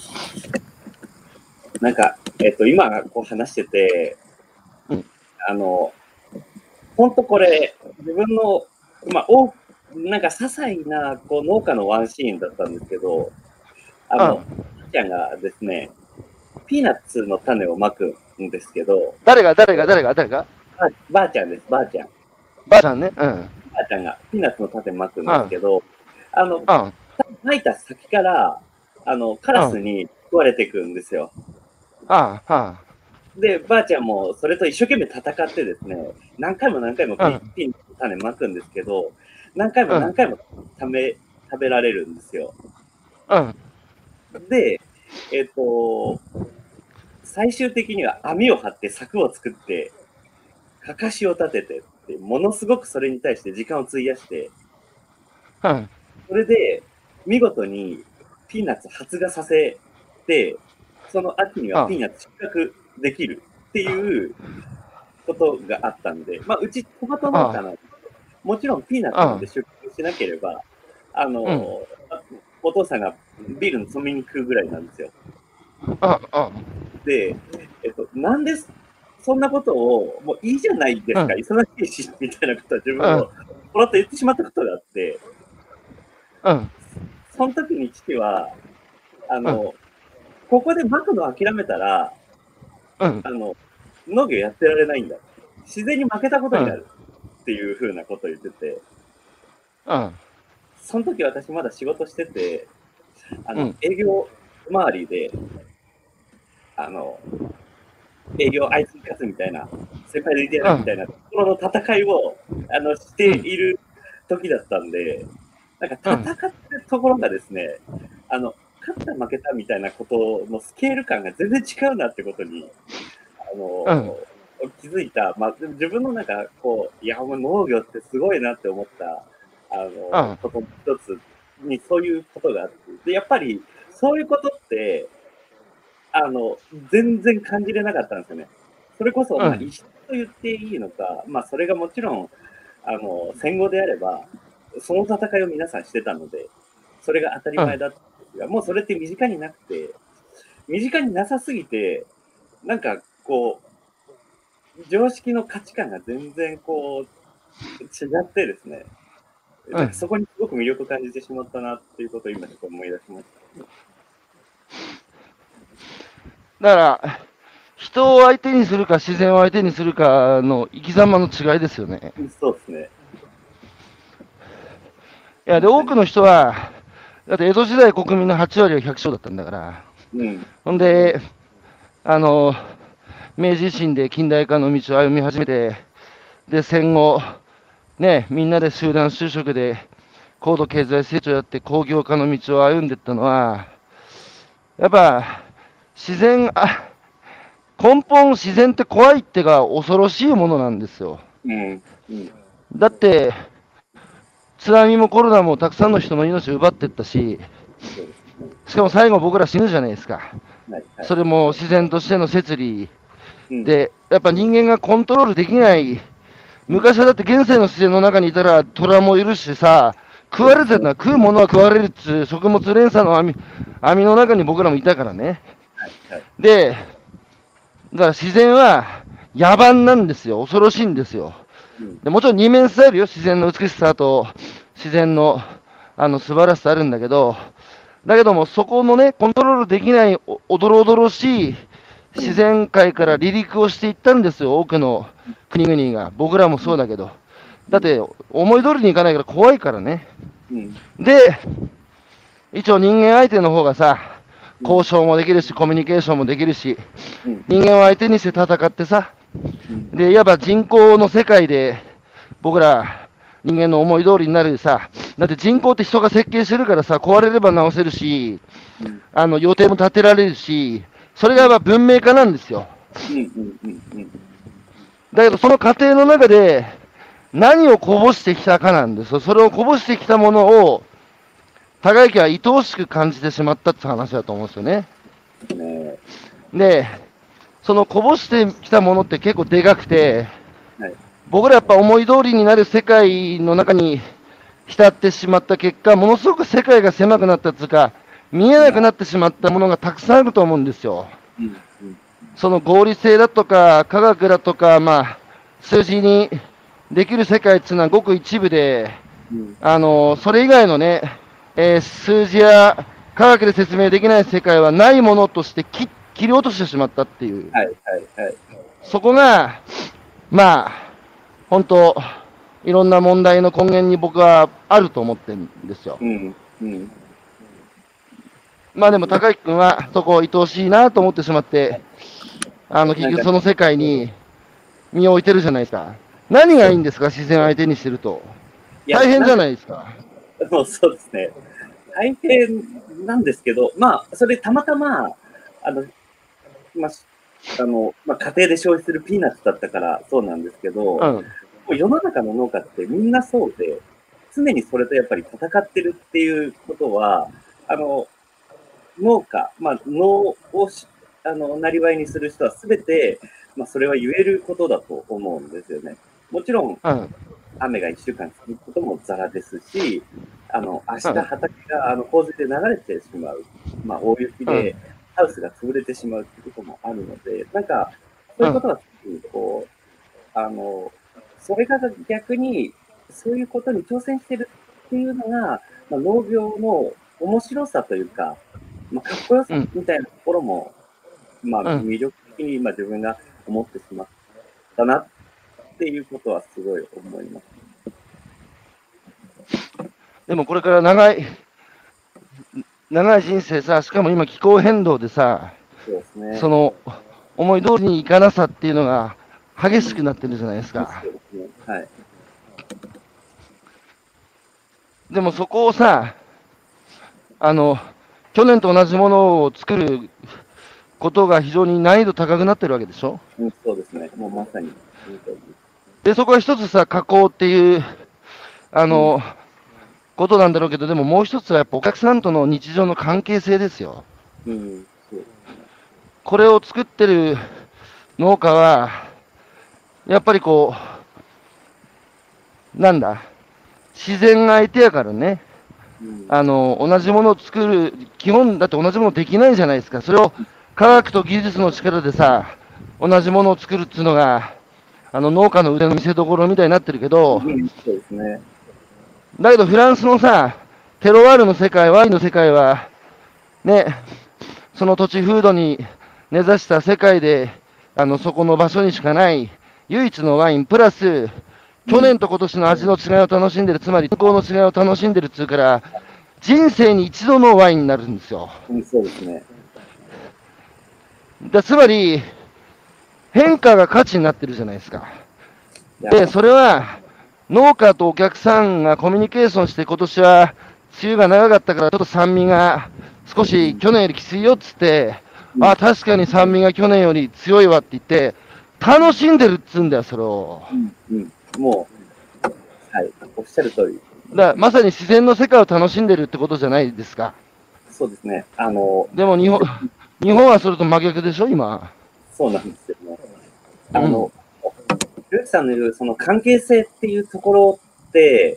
なんか、えっと、今こう話してて、 うん、 あの、本当これ、自分の、まあ、おなんか些細なこう農家のワンシーンだったんですけど、あうん、 の、ちゃんがですね、ピーナッツの種をまくんですけど、 誰が、誰が、誰が、誰がばばあちゃんです、ばあちゃん。 ばあちゃんね。うん。 ばあちゃんがピーナッツの種まくんうん。 ですけど、あの、 うん。 まいた先から、あの、カラスに食われていくんですよ。 ああ、はで、ばあちゃんもそれと一生懸命戦ってですね、何回も何回もピ,、 あ。うん。 ピンの種まくんですけど、何回もうん。 何回も食べ食べられるんですよ。 うん。 で、えっ、と、最終的には網を張って柵を作って、かかしを立ててって、ものすごくそれに対して時間を費やして、 うん。 それで見事にピーナッツ発芽させて、その秋にはピーナッツ収穫できるっていうことがあったんで、まあ、うちトマト農家なんで、もちろんピーナッツなんで収穫しなければ、あの、 うん。 お父さんがビールの飲みに食うぐらいなんですよ。 ああ。 で、えっと、なんでそんなことを、もういいじゃないですか、 うん。 忙しいし、みたいなことは自分うん。 をポロッと言ってしまったことがあって、 うん。 その時に父は、 あの、ここで巻くの諦めたら、 うん。 あの、農業やってられないんだ。自然に負けたことになるっていうふうなことを言ってて、 うん。 その時私まだ仕事してて、あの、 うん。 営業周りで、あの、営業あいつに勝つみたいな、先輩抜いてやうん。 るみたいなところの戦いを、あの、してうん。 いる時だったんで、なんかうん。 戦ってるところがですね、あの、勝った負けたみたいなことのスケール感が全然違うなってことに、あうん。 の、気づいた、まあ、自分のなんか、こう、いや、お前農業ってすごいなって思った、あの、 うん。 ことの一つにそういうことがあって、で、やっぱり、そういうことって、あの、全然感じれなかったんですよね。それこそ、まあ、 うん。 異質と言っていいのか、まあ、それがもちろん、あの、戦後であれば、その戦いを皆さんしてたので、それが当たりうん。 前だったんですが、もうそれって身近になくて、身近になさすぎて、なんか、こう、常識の価値観が全然こう、違ってですね、 うん。 なんかそこにすごく魅力を感じてしまったなっていうことを今ちょっと思い出しました。 だから、人を相手にするか自然を相手にするかの生き様の違いですよね。 そうですね。 いや、で、 まさに。 多くの人は、だって江戸時代国民のはち割は百姓だったんだから。 うん。 ほんで、あの、明治維新で近代化の道を歩み始めて、で、戦後、ね、みんなで集団就職で高度経済成長やって工業化の道を歩んでいったのは、やっぱ、自然、あ、根本自然って怖いってか恐ろしいものなんですよ。 うん。うん。 だって、津波もコロナもたくさんの人の命を奪っていったし、 そうですね。 しかも最後僕ら死ぬじゃないですか。 はい、はい。 それも自然としての摂理うん。 で、やっぱ人間がコントロールできない、 うん。 昔はだって現世の自然の中にいたら虎もいるしさ、食そうですね。 われてるのは食うものは食われるっつう食物連鎖の網網の中に僕らもいたからね。 はい、はい。 で、だから自然は野蛮なんですよ。恐ろしいんですよ。 うん。 でもちろん二面性あるよ。自然の美しさと自然のあの素晴らしさあるんだけど、だけどもそこのね、コントロールできないおおどろおどろしい自うん。 然界から離陸をしていったんですよ。多くの国々が。僕らもそうだけど。 うん。 だって思い通りにいかないから怖いからね。 うん。 で、一応人間相手の方がさ、 うん。 交渉もできるし、コミュニケーションもできるし、 うん。 人間を相手にして戦ってさ、 うん。 で、いわば人口の世界で、僕ら、人間の思い通りになるさ、だって人口って人が設計してるからさ、壊れれば直せるし、 うん。 あの、予定も立てられるし、それがうん。 やっぱ文明化なんですよ。 うん。うん。うん。うん。 だけど、その過程の中で、何をこぼしてきたかなんですよ。それをこぼしてきたものを、高之は愛おしく感じてしまったって話だと思うんですよね。 ねで、そのこぼしてきたものって結構でかくて、 え。はい。 僕らやっぱ思い通りになる世界の中に浸ってしまった結果、ものすごく世界が狭くなったというか、見えなくまあ、 なってしまったものがたくさんあると思うんですよ。 うん。うん。 その合理性だとか、科学だとか、まあ、数字にできる世界っていうのはごく一部で、 うん。 あの、それ以外のね、えー数字や科学で説明できない世界はないものとして切切り落としてしまったっていう。 はい。はい。はい。 そこが、まあ、本当、いろんな問題の根源に僕はあると思ってるんですよ。 うん。うん。 まあでも、高木君はそこを愛おしいなと思ってしまって、あの、結なんか、 局その世界に身を置いてるじゃないですか。何がいいんですか、自然を相手にしてると。 いや、 大変じゃなんか、 ないですか。 もうそうですね。大変なんですけど、まあ、それたまたま、あの、まあ、あの、まあ、家庭で消費するピーナッツだったからそうなんですけど、もうん。 う世の中の農家ってみんなそうで、常にそれとやっぱり戦ってるっていうことは、あの、農家、まあ、農をしあの、なりわいにする人はすべて、まあ、それは言えることだと思うんですよね。もちろん、 うん。 雨がいっしゅうかん続くこともざらですし、あの、明日うん。 畑があの洪水で流れてしまう、まあ、大雪うん。 でハウスが潰れてしまうっていうこともあるので、なんか、そういううん。 ことは、こう、あの、それが逆に、そういうことに挑戦してるっていうのが、まあ、農業の面白さというか、 まあ、かっこよさみたいなところも、まあ、 うん魅力的に今自分が思ってしまったなっていうことはすごい思います。 でもこれから長い、長い人生さ、しかも今気候変動でさ、 そうですね。 その、思い通りにいかなさっていうのが激しくなってるじゃないですか。 そうですね。はい。 でもそこをさ、あの、去年と同じものを作ることが非常に難易度高くなってるわけでしょ。 うん、そうですね。もうまさに。 で、そこは一つさ、加工っていう、あの、ことなんだろうけど、でももう一つはやっぱお客さんとの日常の関係性ですよ。 うん、そう。 これを作ってる農家は、やっぱりこう、なんだ、自然が相手やからね、 うん、 あの、同じものを作る、基本だって同じものできないじゃないですか。それを科学と技術の力でさ、同じものを作るっていうのが、あの農家の腕の見せ所みたいになってるけど、 うんそうですね。 だけどフランスのさ、テロワールの世界、ワインの世界は、ね、その土地風土に根ざした世界で、あの、そこの場所にしかない唯一のワイン、プラス、去年と今年の味の違いを楽しんでる、つまり天候の違いを楽しんでるっつうから、人生に一度のワインになるんですよ。 うん、そうですね。 だつまり、変化が価値になってるじゃないですか。 いやで、それは、農家とお客さんがコミュニケーションして、今年は梅雨が長かったから、ちょっと酸味が少し去年よりきついよっつって、 うんあ、確かに酸味が去年より強いわって言って、楽しんでるっつうんだよ、それを。 うんうん、もう、はい、おっしゃる通り。 だからまさに自然の世界を楽しんでるってことじゃないですか。 そうですね。あの、 でも日本、日本はそれと真逆でしょ、今。 そうなんですよね。 うんあの、ルーキさんの言うその関係性っていうところって、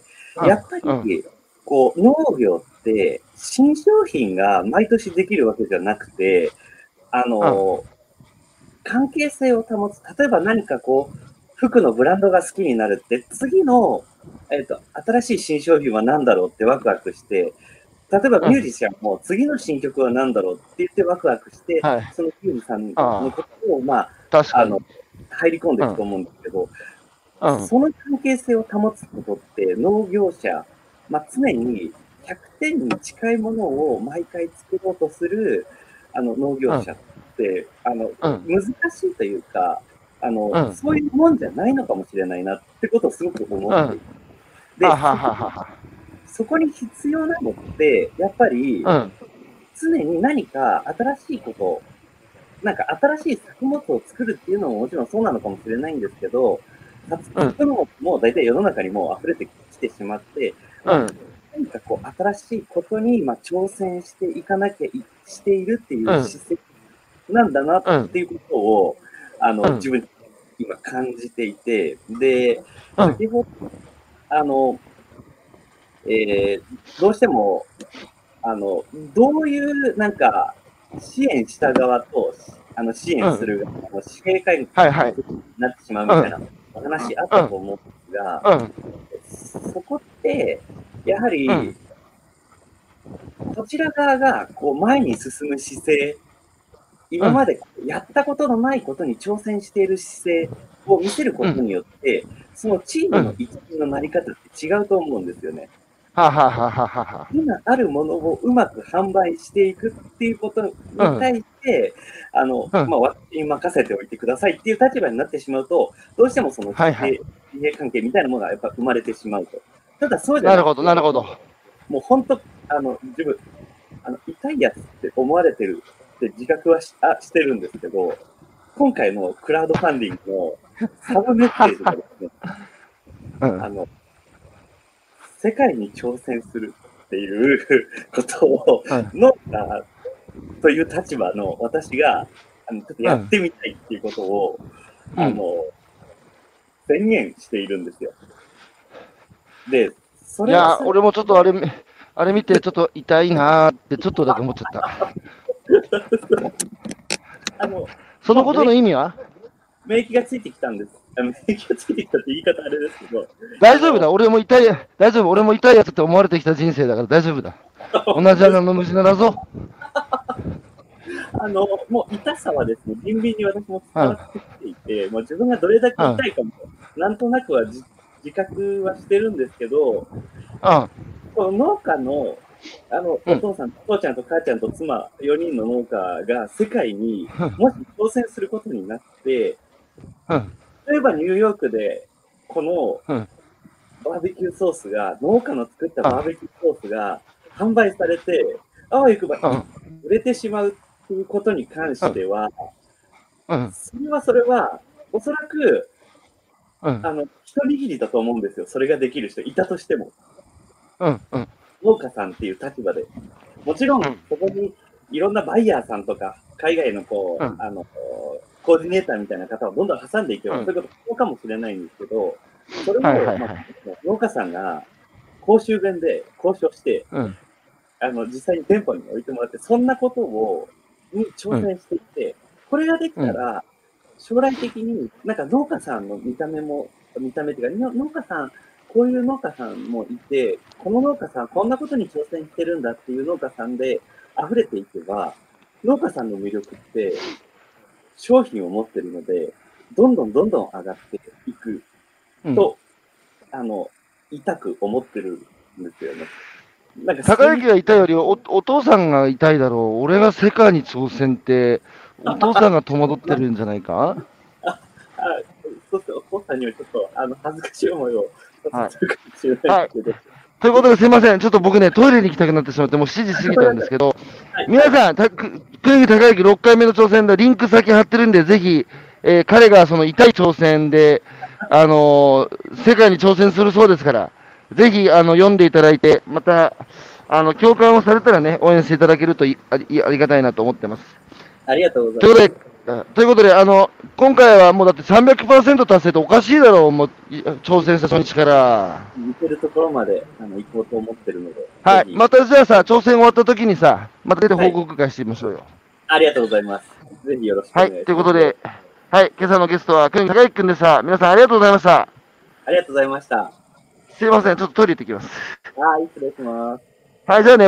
やっぱり、 うんこう、農業って、新商品が毎年できるわけじゃなくて、あの、関係性を保つ。例えば何かこう、服のブランドが好きになるって、次の、えっと、新しい新商品は何だろうってワクワクして、例えばミュージシャンも次の新曲は何だろうって言ってワクワクして、 はいそのミュージシャンのことを、まあ、 確かにあの、入り込んでいくと思うんですけど、 うんその関係性を保つことって農業者、まあ、常にひゃくてんに近いものを毎回作ろうとするあの農業者って、あのうん難しいというかあの、 うんそういうもんじゃないのかもしれないなってことをすごく思っていて、ではははははそこに必要なのってやっぱりうん常に何か新しいことなんか新しい作物を作るっていうのももちろんそうなのかもしれないんですけど、作物も大体世の中にもう溢れてきてしまって、まあ、何かこう新しいことにまあ挑戦していかなきゃいしているっていう姿勢なんだなっていうことを、あの自分今感じていて、で、先ほど、あの、えー、どうしても、あの、どういうなんか支援した側とあの支援する側の支援会になってしまうみたいなお話あったと思うんですが、そこって、やはり、こちら側がこう前に進む姿勢、今までやったことのないことに挑戦している姿勢を見せることによって、そのチームの一員のなり方って違うと思うんですよね。今あるものをうまく販売していくっていうことに対して、うん、あの、うん、まあ、私に任せておいてくださいっていう立場になってしまうと、どうしてもその利益関係みたいなものがやっぱ生まれてしまうと。ただそうじゃなくて、なるほど、なるほど。もう本当、あの、自分、あの、痛いやつって思われてるって自覚は し, あしてるんですけど、今回のクラウドファンディングのサブメッセージがですね、うん、あの、世界に挑戦するっていうことを、農家という立場の私が、あのちょっとやってみたいっていうことを、うん、あの、宣言しているんですよ。で、それは。いや、 俺もちょっとあれ、あれ見てちょっと痛いなーってちょっとだけ思っちゃった。あの、そのことの意味は？ 免疫がついてきたんです。免疫がついてきたって言い方あれですけど。 大丈夫だ、俺も痛い、大丈夫、俺も痛いやつって思われてきた人生だから大丈夫だ。同じ穴の虫ならぞ。 あの、もう痛さはですね、ビンビンに私も伝わってきていて、もう自分がどれだけ痛いかも、なんとなくは自自覚はしてるんですけど、 あこの農家の、あの、 うんお父さん、父ちゃんと母ちゃんと妻、よにんの農家が世界にもし挑戦することになって、 うん例えばニューヨークで、このうんバーベキューソースが、農家の作ったバーベキューソースが販売されて、あわよくばうん売れてしまうということに関しては、 うんそれはそれは、おそらく、 うんあの、一握りだと思うんですよ。それができる人いたとしても。 うんうん農家さんっていう立場で。もちろん、 うんそこにいろんなバイヤーさんとか、海外のこう、 うんあの、コーディネーターみたいな方をどんどん挟んでいけば、 うんそういうことそうかもしれないんですけど、それを、 はいはいはいまあ、農家さんが公衆弁で交渉して、 うんあの、実際に店舗に置いてもらって、そんなことを、に挑戦していって、これができたら、将来的に、なんか農家さんの見た目も、見た目っていうか、の農家さん、こういう農家さんもいて、この農家さん、こんなことに挑戦してるんだっていう農家さんで溢れていけば、農家さんの魅力って、商品を持ってるので、どんどんどんどん上がっていくうんと、あの、痛く思ってるんですよね。なんか高之がいたよりお、お父さんがいたいだろう。俺が世界に挑戦って、お父さんが戸惑ってるんじゃないかあ、そうするとお父さんにはちょっと、あの、恥ずかしい思いをはいさせるかもしれないですけど。 ということで、すいません。ちょっと僕ね、トイレに行きたくなってしまって、もうしちじ過ぎたんですけど、 はい、 皆さん、たく国木高之ろっかいめの挑戦のリンク先貼ってるんで、ぜひ、えー彼がその痛い挑戦で、あのー世界に挑戦するそうですから、ぜひ、あの、読んでいただいて、また、あの、共感をされたらね、応援していただけるといありありがたいなと思ってます。 ありがとうごというざいます。 ことで、あということで、あの、今回はもうだってさんびゃくパーセント達成っておかしいだろう、もう、い挑戦した初日から。 似てるところまであの行こうと思ってるので。 はい。 ぜひまたじゃあさ、挑戦終わった時にさ、また出て報告会してみましょうよ。 ありがとうございます。ぜひよろしくおはい。 願いします。 ということで、はい。今朝のゲストは、国木高之くんでした。皆さんありがとうございました。 ありがとうございました。 すいません。ちょっとトイレ行ってきます。 はい、失礼します。 はい。じゃあね。